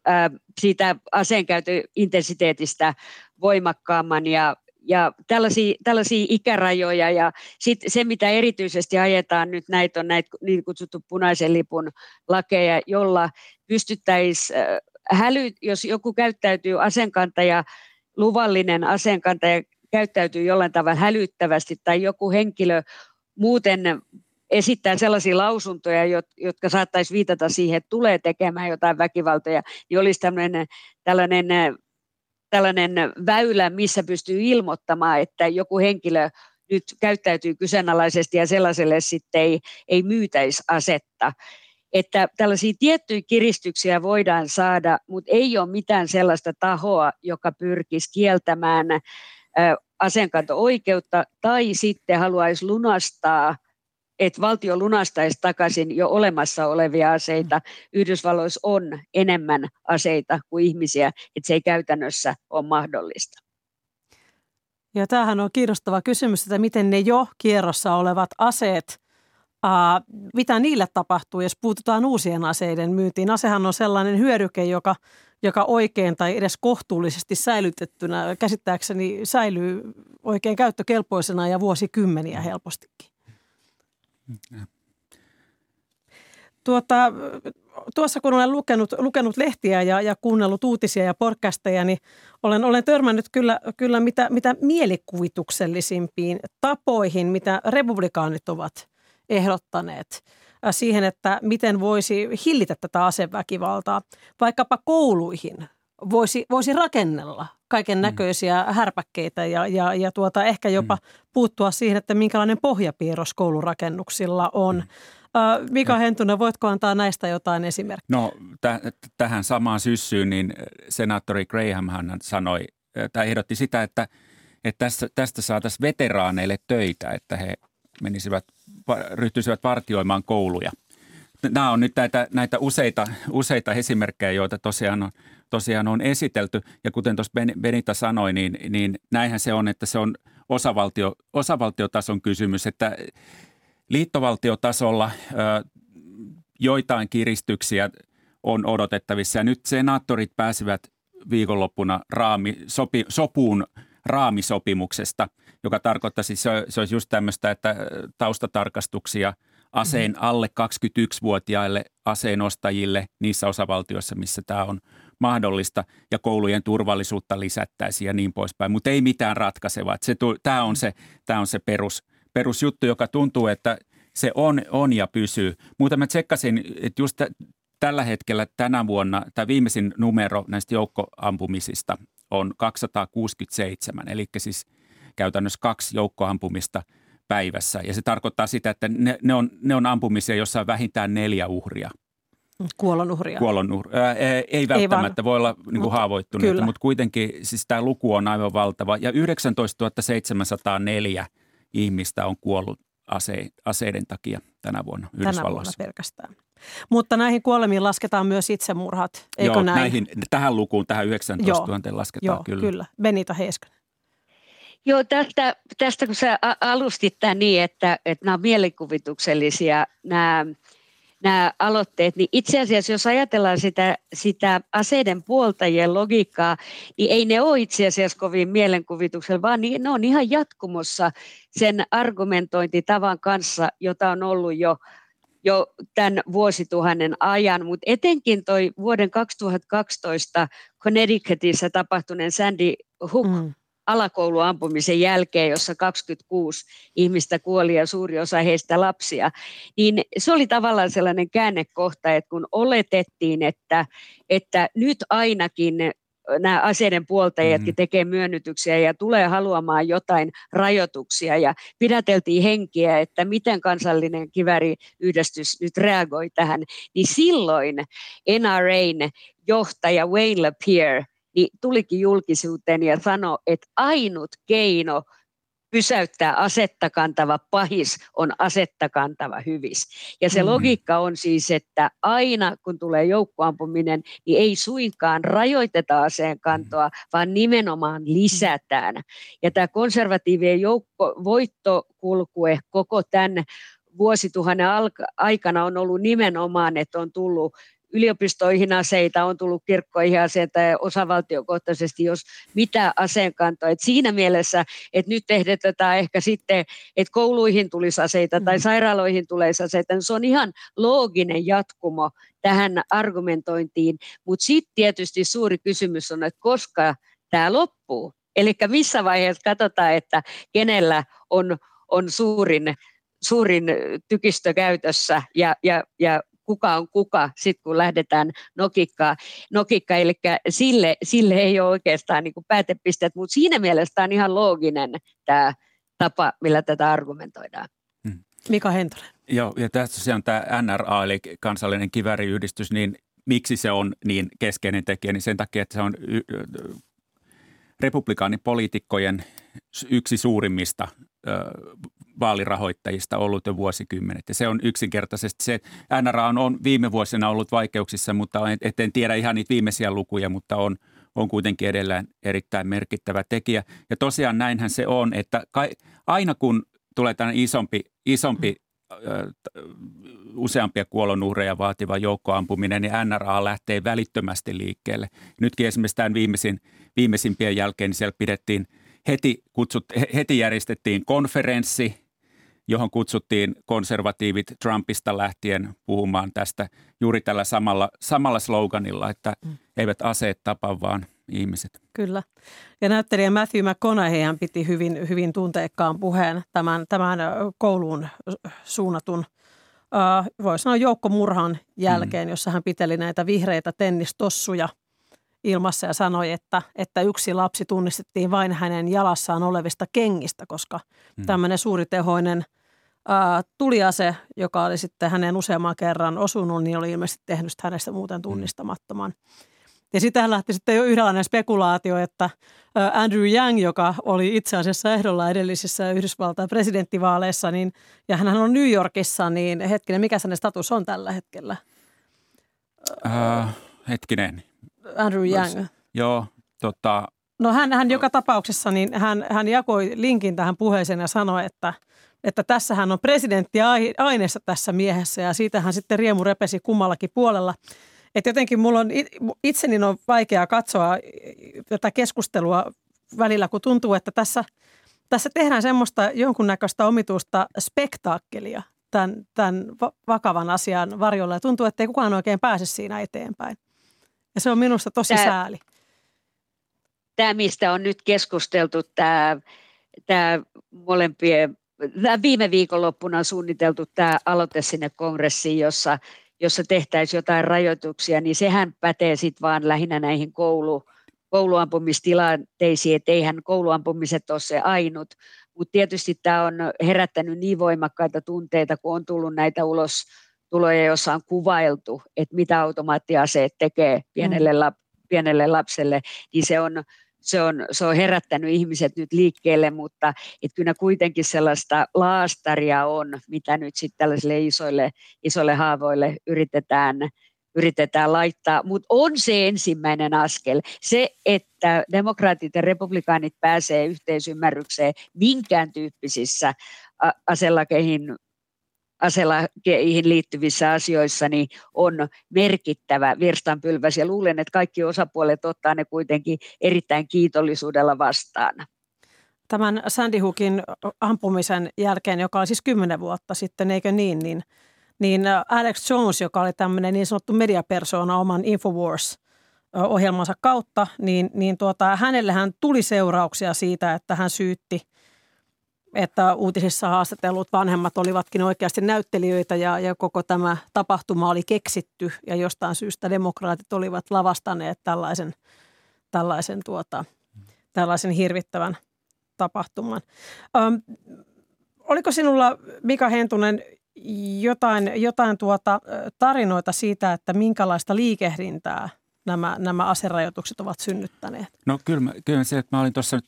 ää, siitä aseenkäytön intensiteetistä voimakkaamman ja Ja tällaisia, tällaisia ikärajoja ja sit se, mitä erityisesti ajetaan nyt, näitä on näitä niin kutsuttu punaisen lipun lakeja, jolla pystyttäisiin, häly, jos joku käyttäytyy aseenkantaja, luvallinen aseenkantaja käyttäytyy jollain tavalla hälyttävästi tai joku henkilö muuten esittää sellaisia lausuntoja, jotka saattaisi viitata siihen, että tulee tekemään jotain väkivaltoja, niin olisi tämmöinen, tällainen tällainen väylä, missä pystyy ilmoittamaan, että joku henkilö nyt käyttäytyy kyseenalaisesti ja sellaiselle sitten ei, ei myytäisi asetta. Että tällaisia tiettyjä kiristyksiä voidaan saada, mutta ei ole mitään sellaista tahoa, joka pyrkisi kieltämään aseenkanto-oikeutta tai sitten haluaisi lunastaa, että valtio lunastaisi takaisin jo olemassa olevia aseita. Yhdysvalloissa on enemmän aseita kuin ihmisiä, että se ei käytännössä ole mahdollista. Ja tämähän on kiinnostava kysymys, että miten ne jo kierrossa olevat aseet, ää, mitä niille tapahtuu, jos puututaan uusien aseiden myyntiin. Asehan on sellainen hyödyke, joka, joka oikein tai edes kohtuullisesti säilytettynä käsittääkseni säilyy oikein käyttökelpoisena ja vuosikymmeniä helpostikin. Tuota, tuossa kun olen lukenut, lukenut lehtiä ja, ja kuunnellut uutisia ja podcasteja, niin olen, olen törmännyt kyllä, kyllä mitä, mitä mielikuvituksellisimpiin tapoihin, mitä republikaanit ovat ehdottaneet siihen, että miten voisi hillitä tätä aseväkivaltaa. Vaikkapa kouluihin voisi, voisi rakennella kaiken näköisiä härpäkkeitä ja, ja, ja tuota, ehkä jopa puuttua siihen, että minkälainen pohjapiirros koulurakennuksilla on. Mm. Mika Hentunen, voitko antaa näistä jotain esimerkkiä? No t- tähän samaan syssyyn niin senaattori Graham hän sanoi, tai ehdotti sitä, että, että tästä, tästä saataisiin veteraaneille töitä, että he menisivät, ryhtyisivät vartioimaan kouluja. Nämä on nyt näitä, näitä useita, useita esimerkkejä, joita tosiaan on, tosiaan on esitelty. Ja kuten tuossa Benita sanoi, niin, niin näinhän se on, että se on osavaltio, osavaltiotason kysymys, että liittovaltiotasolla ö, joitain kiristyksiä on odotettavissa. Ja nyt senaattorit pääsivät viikonloppuna raami, sopi, sopuun raamisopimuksesta, joka tarkoittaisi, se, se olisi just tämmöistä, että taustatarkastuksia aseen alle kaksikymmentäyksivuotiaille aseenostajille niissä osavaltioissa, missä tämä on mahdollista, ja koulujen turvallisuutta lisättäisiin ja niin poispäin, mutta ei mitään ratkaisevaa. Se, tämä on se, tämä on se perus, perusjuttu, joka tuntuu, että se on, on ja pysyy. Mutta mä tsekkasin, että just tällä hetkellä tänä vuonna, tämä viimeisin numero näistä joukkoampumisista on kaksisataakuusikymmentäseitsemän, eli siis käytännössä kaksi joukkoampumista päivässä. Ja se tarkoittaa sitä, että ne, ne, on, ne on ampumisia, jossa on vähintään neljä uhria. Kuolonuhria. Kuolonuhria. Ää, ei välttämättä, ei voi olla niin kuin haavoittuneita, mutta kuitenkin siis tämä luku on aivan valtava. Ja yhdeksäntoistatuhatta seitsemänsataaneljä ihmistä on kuollut ase, aseiden takia tänä vuonna Yhdysvalloissa. Tänä vuonna pelkästään. Mutta näihin kuolemiin lasketaan myös itsemurhat, eikö Joo, näin? Näihin, tähän lukuun, tähän yhdeksäntoistatuhatta lasketaan Joo, kyllä. kyllä. Benita Heiskanen. Joo, tästä, tästä kun sä alustit tämän niin, että, että nämä on mielikuvituksellisia nämä, nämä aloitteet, niin itse asiassa jos ajatellaan sitä, sitä aseiden puoltajien logiikkaa, niin ei ne ole itse asiassa kovin mielenkuvituksella, vaan ne on ihan jatkumossa sen argumentointitavan kanssa, jota on ollut jo jo tämän vuosituhannen ajan, mutta etenkin toi vuoden kaksituhattakaksitoista Connecticutissa tapahtuneen Sandy Hook mm. alakouluampumisen jälkeen, jossa kaksikymmentäkuusi ihmistä kuoli ja suuri osa heistä lapsia, niin se oli tavallaan sellainen käännekohta, että kun oletettiin, että, että nyt ainakin nämä aseiden puoltajatkin mm-hmm. tekee myönnytyksiä ja tulee haluamaan jotain rajoituksia ja pidäteltiin henkiä, että miten kansallinen kivääriyhdistys nyt reagoi tähän, niin silloin N R A:n johtaja Wayne LaPierre niin tulikin julkisuuteen ja sanoi, että ainut keino pysäyttää asetta kantava pahis on asetta kantava hyvis. Ja se mm-hmm. logiikka on siis, että aina kun tulee joukkoampuminen, niin ei suinkaan rajoiteta aseen kantoa, vaan nimenomaan lisätään. Ja tämä konservatiivien joukko voittokulkue koko tämän vuosituhannen aikana on ollut nimenomaan, että on tullut yliopistoihin aseita, on tullut kirkkoihin aseita ja osavaltiokohtaisesti, jos mitä aseenkantoa. Et siinä mielessä, että nyt ehdotetaan ehkä sitten, että kouluihin tulisi aseita tai sairaaloihin tulisi aseita, niin se on ihan looginen jatkumo tähän argumentointiin. Mutta sitten tietysti suuri kysymys on, että koska tämä loppuu. Eli missä vaiheessa katsotaan, että kenellä on, on suurin, suurin tykistö käytössä ja, ja, ja kuka on kuka, sitten kun lähdetään nokikkaan. Nokikka, eli sille, sille ei ole oikeastaan niin kuin päätepisteet, mutta siinä mielessä tämä on ihan looginen tämä tapa, millä tätä argumentoidaan. Hmm. Mika Hentunen. Joo, ja tässä tosiaan tämä N R A, eli kansallinen kivääriyhdistys, niin miksi se on niin keskeinen tekijä, niin sen takia, että se on republikaanipoliitikkojen yksi suurimmista ö, vaalirahoittajista ollut jo vuosikymmenet. Ja se on yksinkertaisesti se, N R A on, on viime vuosina ollut vaikeuksissa, mutta et en tiedä ihan niitä viimeisiä lukuja, mutta on, on kuitenkin edelleen erittäin merkittävä tekijä. Ja tosiaan näinhän se on, että kai, aina kun tulee tällainen isompi, isompi ö, useampia kuolonuhreja vaativa joukkoampuminen, niin N R A lähtee välittömästi liikkeelle. Nytkin esimerkiksi tämän viimeisin, viimeisimpien jälkeen niin siellä pidettiin heti, kutsut, heti järjestettiin konferenssi, johon kutsuttiin konservatiivit Trumpista lähtien puhumaan tästä juuri tällä samalla, samalla sloganilla, että mm. eivät aseet tapa, vaan ihmiset. Kyllä. Ja näyttelijä Matthew McConaughey hän piti hyvin, hyvin tunteikkaan puheen tämän, tämän kouluun suunnatun Uh, voi sanoa joukkomurhan jälkeen, mm. jossa hän piteli näitä vihreitä tennistossuja ilmassa ja sanoi, että, että yksi lapsi tunnistettiin vain hänen jalassaan olevista kengistä, koska mm. tämmöinen suuritehoinen uh, tuliase, joka oli sitten hänen useamman kerran osunut, niin oli ilmeisesti tehnyt hänestä muuten tunnistamattoman. Mm. Ja sitähän lähti sitten jo yhdenlainen spekulaatio, että Andrew Yang, joka oli itse asiassa ehdolla edellisissä Yhdysvaltain presidenttivaaleissa, niin, ja hän on New Yorkissa, niin hetkinen, mikä hänen status on tällä hetkellä? Uh, hetkinen. Andrew Yang. Vois, joo, tota. No hän, hän joka tapauksessa, niin hän, hän jakoi linkin tähän puheeseen ja sanoi, että, että tässähän on presidenttiaineessa tässä miehessä, ja siitähän sitten riemu repesi kummallakin puolella. Että jotenkin mulla on, itseni on vaikeaa katsoa tätä keskustelua välillä, kun tuntuu, että tässä, tässä tehdään semmoista jonkunnäköistä omituista spektaakkelia tämän, tämän vakavan asian varjolla. Ja tuntuu, että ei kukaan oikein pääse siinä eteenpäin. Ja se on minusta tosi tämä, sääli. Tämä, mistä on nyt keskusteltu, tämä, tämä molempien, tämä viime viikonloppuna suunniteltu tämä aloite sinne kongressiin, jossa jossa tehtäisiin jotain rajoituksia, niin sehän pätee sitten vaan lähinnä näihin koulu, kouluampumistilanteisiin, että eihän kouluampumiset ole se ainut. Mutta tietysti tämä on herättänyt niin voimakkaita tunteita, kun on tullut näitä ulostuloja, joissa on kuvailtu, että mitä automaattiaseet tekee pienelle, lap, pienelle lapselle, niin se on, se, on, se on herättänyt ihmiset nyt liikkeelle, mutta et kyllä kuitenkin sellaista laastaria on, mitä nyt sitten tällaisille isoille, isoille haavoille yritetään, yritetään laittaa, mutta on se ensimmäinen askel. Se, että demokraatit ja republikaanit pääsee yhteisymmärrykseen minkään tyyppisissä aselakeihin aselakeihin liittyvissä asioissa, niin on merkittävä virstanpylväs ja luulen, että kaikki osapuolet ottaa ne kuitenkin erittäin kiitollisuudella vastaan. Tämän Sandy Hookin ampumisen jälkeen, joka oli siis kymmenen vuotta sitten, eikö niin, niin, niin Alex Jones, joka oli tämmöinen niin sanottu mediapersona oman Infowars-ohjelmansa kautta, niin, niin tuota, hänellähän tuli seurauksia siitä, että hän syytti, että uutisissa haastatellut vanhemmat olivatkin oikeasti näyttelijöitä ja, ja koko tämä tapahtuma oli keksitty ja jostain syystä demokraatit olivat lavastaneet tällaisen, tällaisen, tuota, tällaisen hirvittävän tapahtuman. Öm, oliko sinulla, Mika Hentunen, jotain, jotain tuota tarinoita siitä, että minkälaista liikehdintää nämä, nämä aserajoitukset ovat synnyttäneet? No kyllä, kyllä se, että mä olin tuossa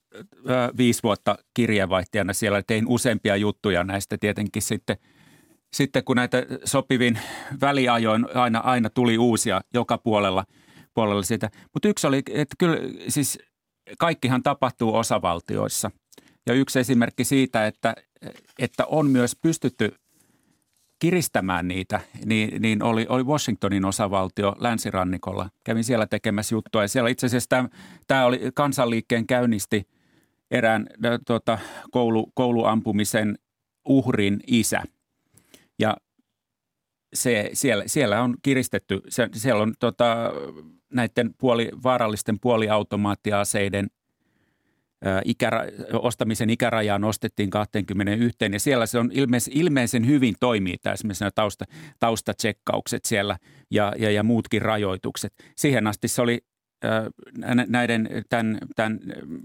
viisi vuotta kirjeenvaihtajana siellä, tein useampia juttuja näistä tietenkin sitten, sitten kun näitä sopivin väliajoin aina, aina tuli uusia joka puolella, puolella sitä. Mutta yksi oli, että kyllä siis kaikkihan tapahtuu osavaltioissa ja yksi esimerkki siitä, että, että on myös pystytty kiristämään niitä, niin, niin oli, oli Washingtonin osavaltio länsirannikolla. Kävin siellä tekemässä juttua ja siellä itse asiassa tämä, tämä oli kansanliikkeen käynnisti erään tuota, koulu, kouluampumisen uhrin isä. Ja se, siellä, siellä on kiristetty, se, siellä on tota, näiden puoli, vaarallisten puoliautomaattiaseiden ää, ikära, ostamisen ikärajaa nostettiin kaksikymmentäyksi ja siellä se on ilmeis, ilmeisen hyvin toimii tämä esimerkiksi nämä tausta, taustatsekkaukset siellä ja, ja, ja muutkin rajoitukset. Siihen asti se oli ää, näiden tämän, tämän,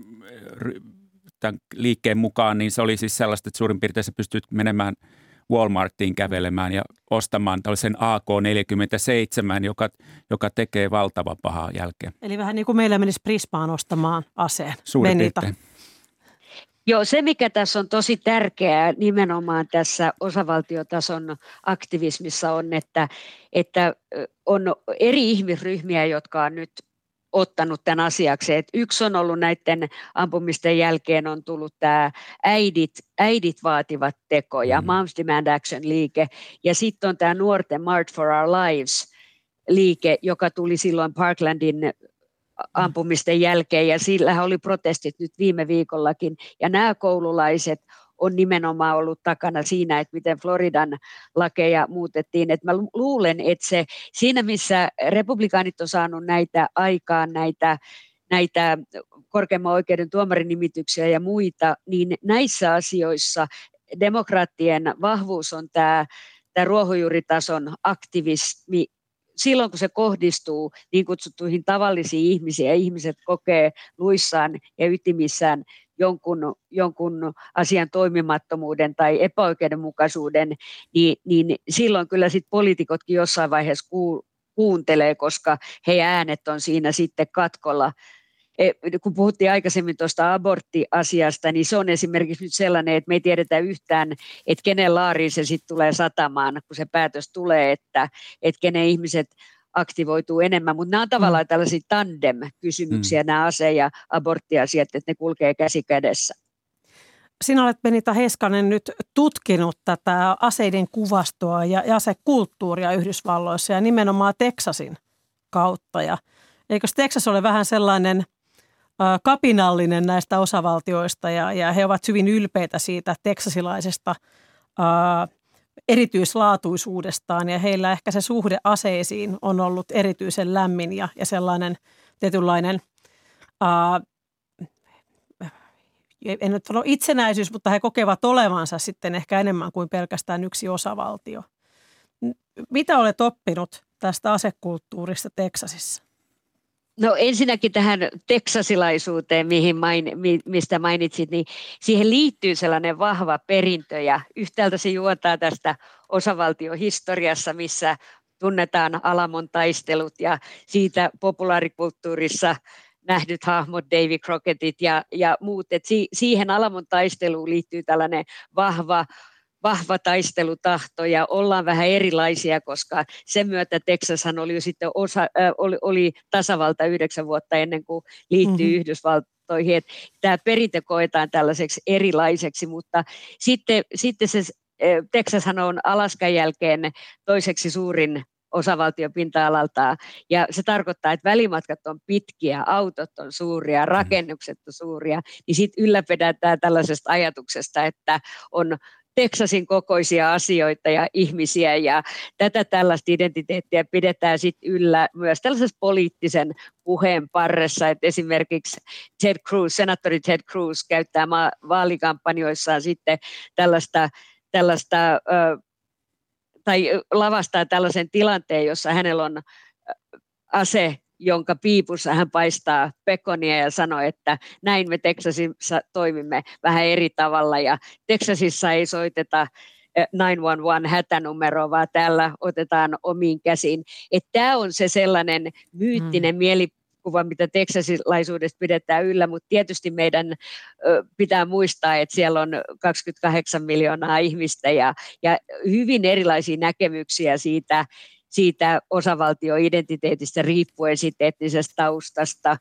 tämän liikkeen mukaan, niin se oli siis sellaista, että suurin piirtein sä pystyt menemään Walmartiin kävelemään ja ostamaan tällaisen A K neljäkymmentäseitsemän, joka, joka tekee valtava pahaa jälkeä. Eli vähän niin kuin meillä menisi Prismaan ostamaan aseen. Suurin piirtein. Joo, se mikä tässä on tosi tärkeää nimenomaan tässä osavaltiotason aktivismissa on, että, että on eri ihmisryhmiä, jotka on nyt ottanut tämän asiaksi. Et yksi on ollut näiden ampumisten jälkeen on tullut tämä äidit, äidit vaativat tekoja, mm. Moms Demand Action-liike, ja sitten on tämä nuorten March for Our Lives-liike, joka tuli silloin Parklandin ampumisten jälkeen, ja sillähän oli protestit nyt viime viikollakin, ja nämä koululaiset on nimenomaan ollut takana siinä, että miten Floridan lakeja muutettiin. Et mä luulen, että se, siinä missä republikaanit on saanut näitä aikaan, näitä, näitä korkeimman oikeuden tuomarinimityksiä ja muita, niin näissä asioissa demokraattien vahvuus on tämä, tämä ruohonjuuritason aktivismi, silloin kun se kohdistuu niin kutsuttuihin tavallisiin ihmisiin ja ihmiset kokee luissaan ja ytimissään jonkun, jonkun asian toimimattomuuden tai epäoikeudenmukaisuuden, niin, niin silloin kyllä sit poliitikotkin jossain vaiheessa ku, kuuntelee, koska heidän äänet on siinä sitten katkolla. Kun puhuttiin aikaisemmin tuosta aborttiasiasta, niin se on esimerkiksi nyt sellainen, että me ei tiedetä yhtään, että kenen laariin se sitten tulee satamaan, kun se päätös tulee, että, että kenen ihmiset aktivoituu enemmän, mutta nämä on tavallaan mm. tällaisia tandem-kysymyksiä, mm. nämä ase- ja aborttiasiat, että ne kulkee käsi kädessä. Sinä olet, Benita Heiskanen, nyt tutkinut tätä aseiden kuvastoa ja asekulttuuria Yhdysvalloissa ja nimenomaan Teksasin kautta. Ja eikö Teksas ole vähän sellainen äh, kapinallinen näistä osavaltioista ja, ja he ovat hyvin ylpeitä siitä teksasilaisesta äh, erityislaatuisuudestaan ja heillä ehkä se suhde aseisiin on ollut erityisen lämmin ja, ja sellainen tietynlainen, ää, en nyt sano itsenäisyys, mutta he kokevat olevansa sitten ehkä enemmän kuin pelkästään yksi osavaltio. Mitä olet oppinut tästä asekulttuurista Teksasissa? No ensinnäkin tähän teksasilaisuuteen, mihin main, mistä mainitsit, niin siihen liittyy sellainen vahva perintö ja yhtäältä se juontaa tästä osavaltiohistoriassa, missä tunnetaan Alamon taistelut ja siitä populaarikulttuurissa nähdyt hahmot, Davy Crocketit ja, ja muut. Et si, siihen Alamon taisteluun liittyy tällainen vahva vahva taistelutahto ja ollaan vähän erilaisia, koska sen myötä Teksashan oli jo sitten osa, äh, oli, oli tasavalta yhdeksän vuotta ennen kuin liittyy mm-hmm. Yhdysvaltoihin. Että tämä perintö koetaan tällaiseksi erilaiseksi, mutta sitten, sitten se äh, Teksashan on Alaskan jälkeen toiseksi suurin osavaltio pinta-alaltaan, ja se tarkoittaa, että välimatkat on pitkiä, autot on suuria, rakennukset on suuria, niin sitten ylläpidetään tällaisesta ajatuksesta, että on Teksasin kokoisia asioita ja ihmisiä, ja tätä tällaista identiteettiä pidetään sitten yllä myös tällaisessa poliittisen puheen parressa, että esimerkiksi Ted Cruz, senaattori Ted Cruz käyttää ma- vaalikampanjoissaan sitten tällaista, tällaista ö, tai lavastaa tällaisen tilanteen, jossa hänellä on ase, jonka piipussa hän paistaa pekonia ja sanoo, että näin me Teksasissa toimimme vähän eri tavalla ja Teksasissa ei soiteta yhdeksän yksi yksi hätänumeroa, vaan täällä otetaan omiin käsiin. Tämä on se sellainen myyttinen mm. mielikuva, mitä teksasilaisuudesta pidetään yllä, mutta tietysti meidän ö, pitää muistaa, että siellä on kaksikymmentäkahdeksan miljoonaa ihmistä ja, ja hyvin erilaisia näkemyksiä siitä, siitä osavaltioidentiteetistä riippuen sitten etnisestä taustasta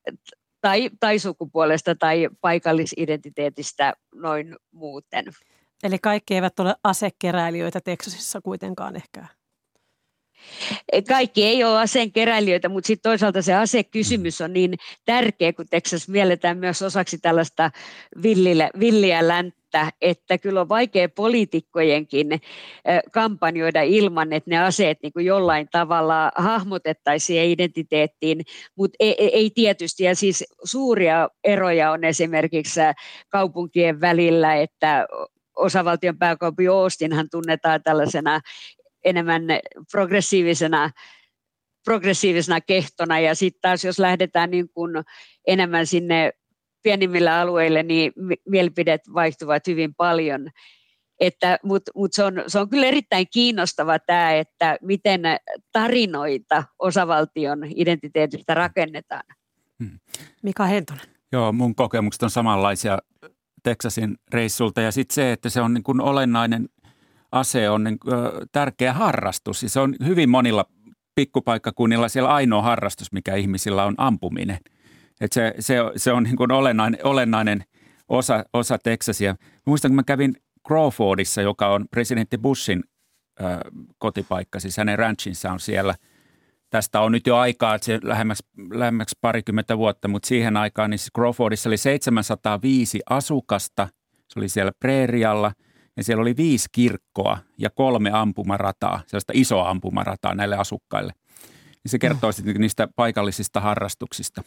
tai, tai sukupuolesta tai paikallisidentiteetistä noin muuten. Eli kaikki eivät ole asekeräilijöitä Teksasissa kuitenkaan ehkä. Kaikki ei ole aseenkeräilijöitä, mutta sitten toisaalta se asekysymys on niin tärkeä, kun Texas mielletään myös osaksi tällaista villillä, villiä länttä, että kyllä on vaikea poliitikkojenkin kampanjoida ilman, että ne aseet niin kuin jollain tavalla hahmotettaisiin identiteettiin, mutta ei, ei tietysti. Ja siis suuria eroja on esimerkiksi kaupunkien välillä, että osavaltion pääkaupunki Austinhan tunnetaan tällaisena enemmän progressiivisena, progressiivisena kehtona, ja sitten taas jos lähdetään niin kuin enemmän sinne pienimmille alueille, niin mielipidet vaihtuvat hyvin paljon. Mutta mut se, on, se on kyllä erittäin kiinnostava tämä, että miten tarinoita osavaltion identiteetistä rakennetaan. Hmm. Mika Hentonen. Joo, mun kokemukset on samanlaisia Texasin reissulta, ja sitten se, että se on niin kuin olennainen ase on niin, ö, tärkeä harrastus. Se on hyvin monilla pikkupaikkakunnilla siellä ainoa harrastus, mikä ihmisillä on ampuminen. Et se, se, se on niin kuin olennainen, olennainen osa, osa Texasia. Mä muistan, kun mä kävin Crawfordissa, joka on presidentti Bushin ö, kotipaikka, siis hänen ranchinsa on siellä. Tästä on nyt jo aikaa, että se lähemmäksi, lähemmäksi parikymmentä vuotta, mutta siihen aikaan niin Crawfordissa oli seitsemänsataaviisi asukasta. Se oli siellä preerialla. Ja siellä oli viisi kirkkoa ja kolme ampumarataa, sellaista isoa ampumarataa näille asukkaille. Ja se kertoo sitten niistä paikallisista harrastuksista.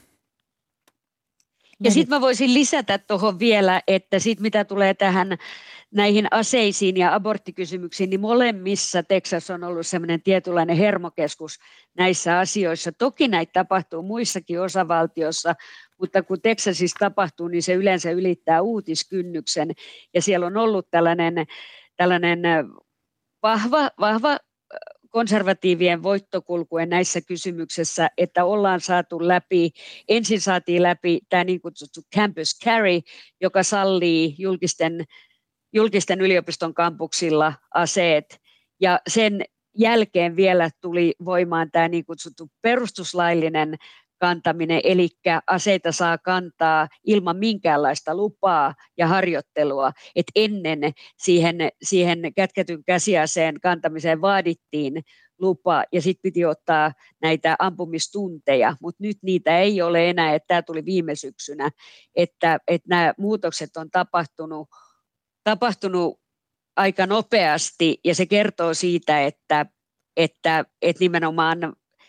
Ja sitten mä voisin lisätä tuohon vielä, että sitten mitä tulee tähän näihin aseisiin ja aborttikysymyksiin, niin molemmissa Texas on ollut semmoinen tietynlainen hermokeskus näissä asioissa. Toki näitä tapahtuu muissakin osavaltioissa, mutta kun Texasissa tapahtuu, niin se yleensä ylittää uutiskynnyksen. Ja siellä on ollut tällainen, tällainen vahva, vahva konservatiivien voittokulkue näissä kysymyksissä, että ollaan saatu läpi, ensin saatiin läpi tämä niin kutsuttu campus carry, joka sallii julkisten, julkisten yliopiston kampuksilla aseet, ja sen jälkeen vielä tuli voimaan tämä niin kutsuttu perustuslaillinen kantaminen, eli aseita saa kantaa ilman minkäänlaista lupaa ja harjoittelua, että ennen siihen, siihen kätketyn käsiaseen kantamiseen vaadittiin lupa ja sitten piti ottaa näitä ampumistunteja, mutta nyt niitä ei ole enää, että tämä tuli viime syksynä, että, että nämä muutokset on tapahtunut, tapahtunut aika nopeasti, ja se kertoo siitä, että, että, että nimenomaan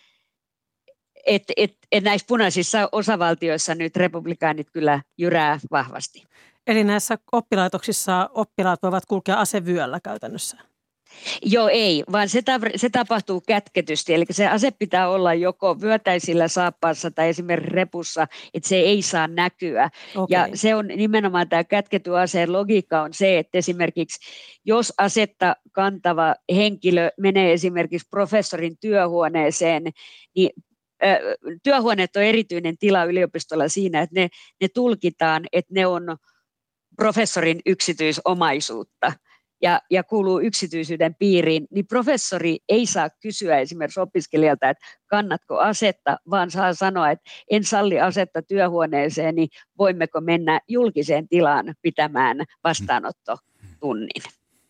että et, et näissä punaisissa osavaltioissa nyt republikaanit kyllä jyrää vahvasti. Eli näissä oppilaitoksissa oppilaat voivat kulkea asevyöllä käytännössä? Joo, ei, vaan se, ta- se tapahtuu kätketysti. Eli se ase pitää olla joko vyötäisillä saappaassa tai esimerkiksi repussa, että se ei saa näkyä. Okay. Ja se on nimenomaan tämä kätketty aseen logiikka on se, että esimerkiksi jos asetta kantava henkilö menee esimerkiksi professorin työhuoneeseen, niin työhuoneet on erityinen tila yliopistolla siinä, että ne, ne tulkitaan, että ne on professorin yksityisomaisuutta ja, ja kuuluu yksityisyyden piiriin, niin professori ei saa kysyä esimerkiksi opiskelijalta, että kannatko asetta, vaan saa sanoa, että en salli asetta työhuoneeseen, niin voimmeko mennä julkiseen tilaan pitämään vastaanottotunnin.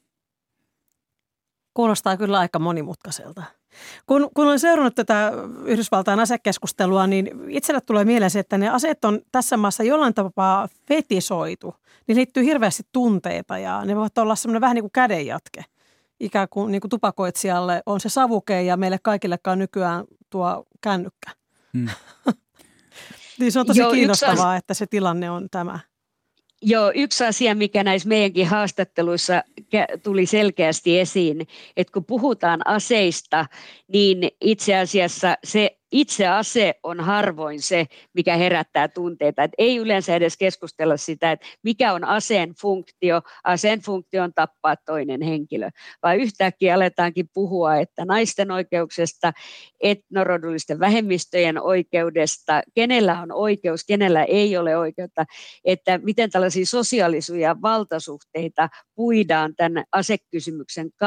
Kuulostaa kyllä aika monimutkaiselta. Kun, kun olen seurannut tätä Yhdysvaltain asekeskustelua, niin itselle tulee mieleen se, että ne aseet on tässä maassa jollain tapaa fetisoitu. Niin liittyy hirveästi tunteita ja ne voivat olla semmoinen vähän niin kuin kädenjatke. Ikään kuin, niin kuin tupakoitsijalle on se savuke ja meille kaikillekaan nykyään tuo kännykkä. Hmm. Niin se on tosi Joo, kiinnostavaa, että se tilanne on tämä. Joo, yksi asia, mikä näissä meidänkin haastatteluissa tuli selkeästi esiin, että kun puhutaan aseista, niin itse asiassa se itse ase on harvoin se, mikä herättää tunteita. Et ei yleensä edes keskustella sitä, että mikä on aseen funktio. Aseen funktio on tappaa toinen henkilö, vaan yhtäkkiä aletaankin puhua, että naisten oikeuksista, etnorodullisten vähemmistöjen oikeudesta, kenellä on oikeus, kenellä ei ole oikeutta, että miten tällaisia sosiaalisuja valtasuhteita puidaan tämän asekysymyksen kautta.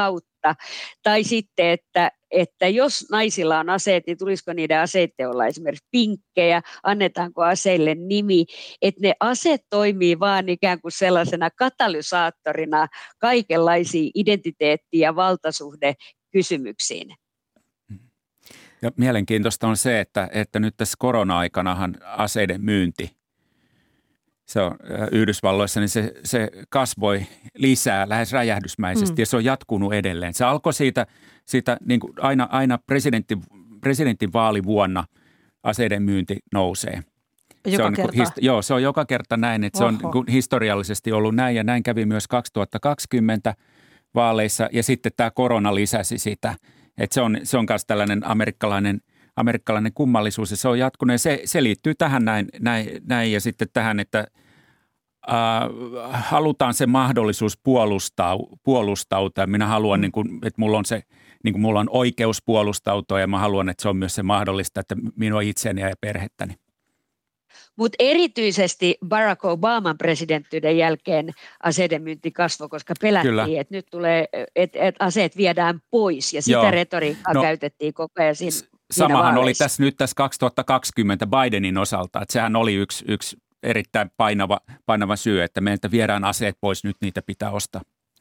oikeutta. Tai sitten, että, että jos naisilla on aseet, niin tulisiko niiden aseiden olla esimerkiksi pinkkejä, annetaanko aseille nimi, että ne aseet toimii vaan ikään kuin sellaisena katalysaattorina kaikenlaisiin identiteetti- ja valtasuhdekysymyksiin. Ja mielenkiintoista on se, että, että nyt tässä korona-aikanahan aseiden myynti, se on Yhdysvalloissa, niin se, se kasvoi lisää lähes räjähdysmäisesti mm. ja se on jatkunut edelleen. Se alkoi siitä, siitä niin kuin aina, aina presidentti, presidentin vaalivuonna aseiden myynti nousee. Joka se on kerta? Niin hist- joo, se on joka kerta näin, että Oho. se on niin historiallisesti ollut näin ja näin kävi myös kaksituhattakaksikymmentä vaaleissa ja sitten tämä korona lisäsi sitä. Että se on, se on myös tällainen amerikkalainen, amerikkalainen kummallisuus ja se on jatkunut ja se, se liittyy tähän näin, näin, näin ja sitten tähän, että äh, halutaan se mahdollisuus puolustaa, puolustautua. Minä haluan, mm. niin kuin, että mulla on, se, niin kuin mulla on oikeus puolustautua ja mä haluan, että se on myös se mahdollista, että minua itseäni ja perhettäni. Mutta erityisesti Barack Obaman presidenttyyden jälkeen aseiden myynti kasvoi, koska pelättiin, että nyt tulee, että et aseet viedään pois ja sitä Joo. retoriikkaa no, käytettiin koko ajan siinä, siinä Samahan vaaleissa. oli tässä nyt tässä kaksituhattakaksikymmentä Bidenin osalta, että sehän oli yksi, yksi erittäin painava, painava syy, että meiltä viedään aseet pois, nyt niitä pitää ostaa.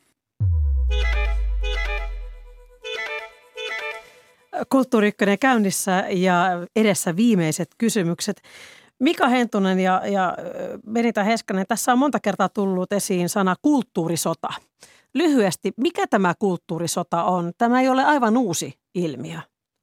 Kulttuuri Ykkönen käynnissä ja edessä viimeiset kysymykset. Mika Hentunen ja, ja Benita Heskanen, tässä on monta kertaa tullut esiin sana kulttuurisota. Lyhyesti, mikä tämä kulttuurisota on? Tämä ei ole aivan uusi ilmiö.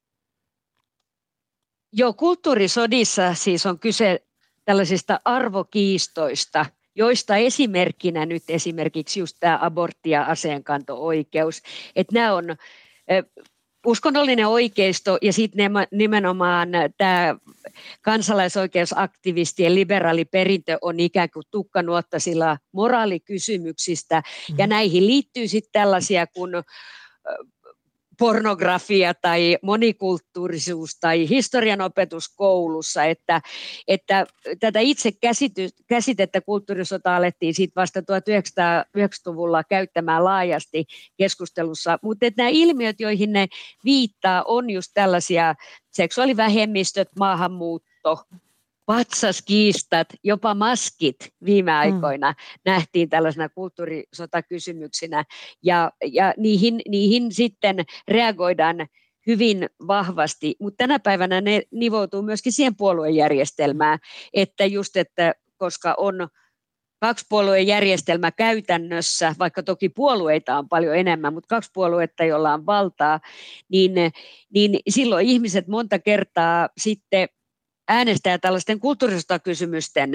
Joo, kulttuurisodissa siis on kyse tällaisista arvokiistoista, joista esimerkkinä nyt esimerkiksi just tämä abortti- ja aseenkanto-oikeus. Että nämä on uskonnollinen oikeisto ja sitten nimenomaan tämä kansalaisoikeusaktivistien liberaali perintö on ikään kuin tukkanuotta sillä moraalikysymyksistä mm-hmm. ja näihin liittyy sitten tällaisia kuin pornografia tai monikulttuurisuus tai historianopetus koulussa, että, että tätä itse käsitettä kulttuurisota alettiin siitä vasta tuhatyhdeksänsataayhdeksänkymmentäluvulla käyttämään laajasti keskustelussa, mutta että nämä ilmiöt, joihin ne viittaa, on just tällaisia seksuaalivähemmistöt, maahanmuutto, vatsaskiistat, jopa maskit viime aikoina mm. nähtiin tällaisena kulttuurisotakysymyksinä ja, ja niihin, niihin sitten reagoidaan hyvin vahvasti, mutta tänä päivänä ne nivoutuu myöskin siihen puoluejärjestelmään, että just, että koska on kaksi puoluejärjestelmä käytännössä, vaikka toki puolueita on paljon enemmän, mutta kaksi puoluetta, joilla on valtaa, niin, niin silloin ihmiset monta kertaa sitten äänestää tällaisten kulttuurisotakysymysten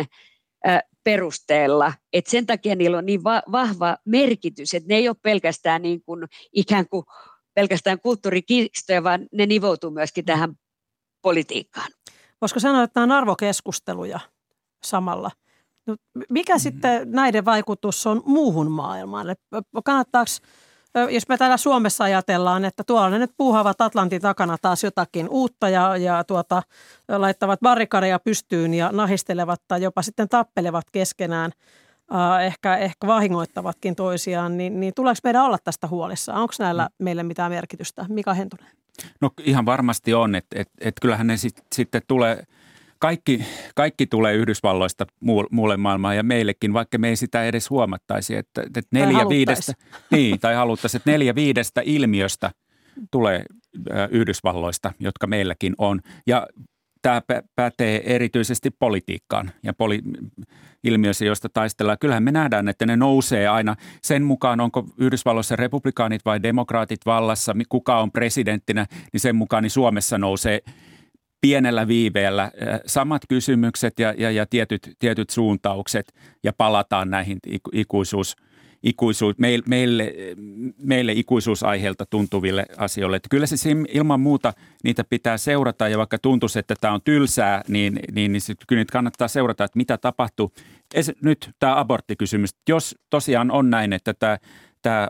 perusteella, että sen takia niillä on niin va- vahva merkitys, että ne ei ole pelkästään niin kuin ikään kuin pelkästään kulttuurikiistoja, vaan ne nivoutuu myöskin tähän politiikkaan. Voisiko sanoa, että nämä on arvokeskusteluja samalla? No, mikä mm-hmm. sitten näiden vaikutus on muuhun maailmaan? Kannattaako, jos me täällä Suomessa ajatellaan, että tuolla ne nyt puuhaavat Atlantin takana taas jotakin uutta ja, ja tuota, laittavat barrikadeja pystyyn ja nahistelevat tai jopa sitten tappelevat keskenään, äh, ehkä, ehkä vahingoittavatkin toisiaan, niin, niin tuleeko meidän olla tästä huolissaan? Onko näillä meille mitään merkitystä? Mika Hentunen. No ihan varmasti on, että et, et kyllähän ne sit, sitten tulee... Kaikki, kaikki tulee Yhdysvalloista muulle maailmaan ja meillekin, vaikka me ei sitä edes huomattaisi, että, että neljä viidestä, niin, tai haluttaisiin, että neljä viidestä ilmiöstä tulee Yhdysvalloista, jotka meilläkin on. Ja tämä pätee erityisesti politiikkaan ja poli- ilmiöissä, joista taistellaan. Kyllähän me nähdään, että ne nousee aina sen mukaan, onko Yhdysvalloissa republikaanit vai demokraatit vallassa, kuka on presidenttinä, niin sen mukaan niin Suomessa nousee pienellä viiveellä samat kysymykset ja, ja, ja tietyt, tietyt suuntaukset ja palataan näihin ikuisuus, ikuisuus, meille, meille ikuisuusaiheelta tuntuville asioille. Että kyllä se ilman muuta niitä pitää seurata ja vaikka tuntuisi, että tämä on tylsää, niin, niin, niin kyllä nyt kannattaa seurata, että mitä tapahtuu. Es, nyt tämä aborttikysymys. Jos tosiaan on näin, että tämä, tämä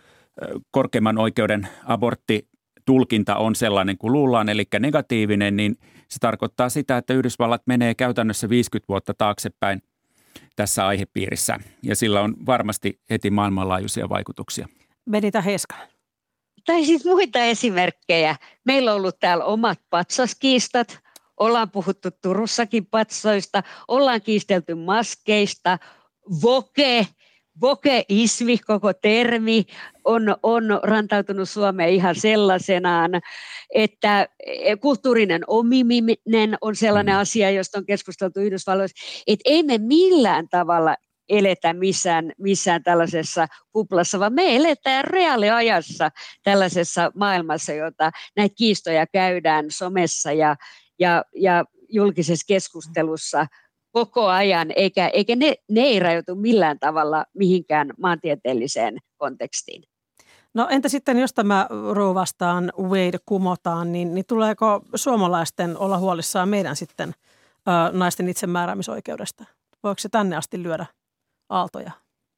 korkeimman oikeuden abortti tulkinta on sellainen kuin luullaan, eli negatiivinen, niin se tarkoittaa sitä, että Yhdysvallat menee käytännössä viisikymmentä vuotta taaksepäin tässä aihepiirissä. Ja sillä on varmasti heti maailmanlaajuisia vaikutuksia. Benita Heskanen. tai sitten muita esimerkkejä. Meillä on ollut täällä omat patsaskiistat, ollaan puhuttu Turussakin patsoista, ollaan kiistelty maskeista, voke, voke-ismi, koko termi on, on rantautunut Suomeen ihan sellaisenaan, että kulttuurinen omiminen on sellainen asia, josta on keskusteltu Yhdysvalloissa, että ei me millään tavalla eletä missään, missään tällaisessa kuplassa, vaan me eletään reaaliajassa tällaisessa maailmassa, jota näitä kiistoja käydään somessa ja, ja, ja julkisessa keskustustelussa koko ajan, eikä, eikä ne, ne ei rajoitu millään tavalla mihinkään maantieteelliseen kontekstiin. No entä sitten, jos tämä Roe vastaan Wade kumotaan, niin, niin tuleeko suomalaisten olla huolissaan meidän sitten ä, naisten itsemääräämisoikeudesta? Voiko se tänne asti lyödä aaltoja?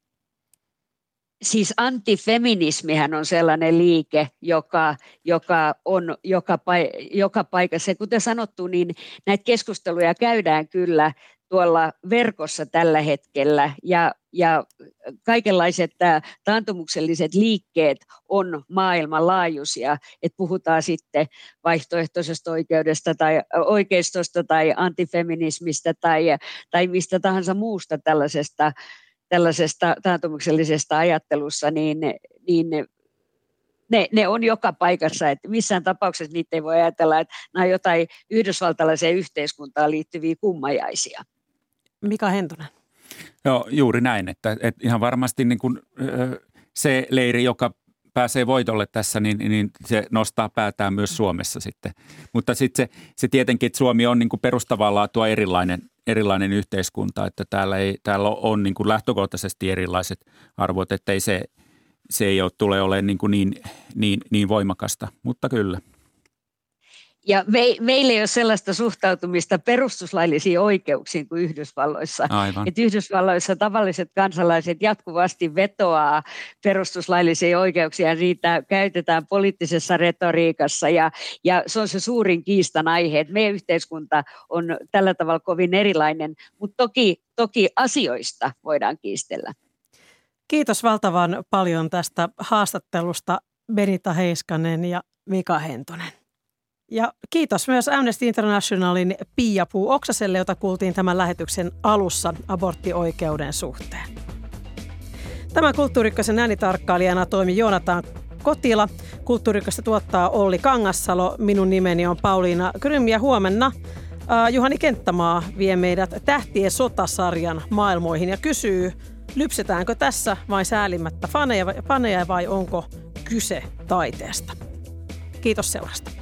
Siis antifeminismihän on sellainen liike, joka, joka on joka, paik- joka paikassa. Ja kuten sanottu, niin näitä keskusteluja käydään kyllä tuolla verkossa tällä hetkellä. Ja, ja kaikenlaiset taantumukselliset liikkeet on maailmanlaajuisia. Että puhutaan sitten vaihtoehtoisesta oikeudesta tai oikeistosta tai antifeminismistä tai, tai mistä tahansa muusta tällaisesta tällaisesta taantumuksellisesta ajattelussa, niin, niin ne, ne on joka paikassa. Että missään tapauksessa niitä ei voi ajatella, että nämä on jotain yhdysvaltalaiseen yhteiskuntaan liittyviä kummajaisia. Mika Hentunen. Joo, juuri näin. Että, että ihan varmasti niin kuin, se leiri, joka pääsee voitolle tässä, niin, niin se nostaa päätään myös Suomessa sitten. Mutta sitten se, se tietenkin, että Suomi on niin kuin perustavaa laatua erilainen erilainen yhteiskunta, että täällä, ei, täällä on niin kuin lähtökohtaisesti erilaiset arvot, että ei se, se ei ole, tule olemaan niin, kuin niin, niin, niin voimakasta, mutta kyllä. Ja me, meillä ei ole sellaista suhtautumista perustuslaillisiin oikeuksiin kuin Yhdysvalloissa. Aivan. Että Yhdysvalloissa tavalliset kansalaiset jatkuvasti vetoaa perustuslaillisiin oikeuksiin ja niitä käytetään poliittisessa retoriikassa ja, ja se on se suurin kiistan aihe, että meidän yhteiskunta on tällä tavalla kovin erilainen, mutta toki, toki asioista voidaan kiistellä. Kiitos valtavan paljon tästä haastattelusta Benita Heiskanen ja Mika Hentunen. Ja kiitos myös Amnesty Internationalin Pia Puuoksaselle, jota kuultiin tämän lähetyksen alussa aborttioikeuden suhteen. Tämän Kulttuuri Ykkösen äänitarkkailijana toimi Joonatan Kotila. Kulttuuri Ykköstä tuottaa Olli Kangassalo. Minun nimeni on Pauliina Grym ja huomenna äh, Juhani Kenttämaa vie meidät Tähtien sotasarjan maailmoihin ja kysyy, lypsetäänkö tässä vai säälimättä faneja, faneja vai onko kyse taiteesta. Kiitos seurasta.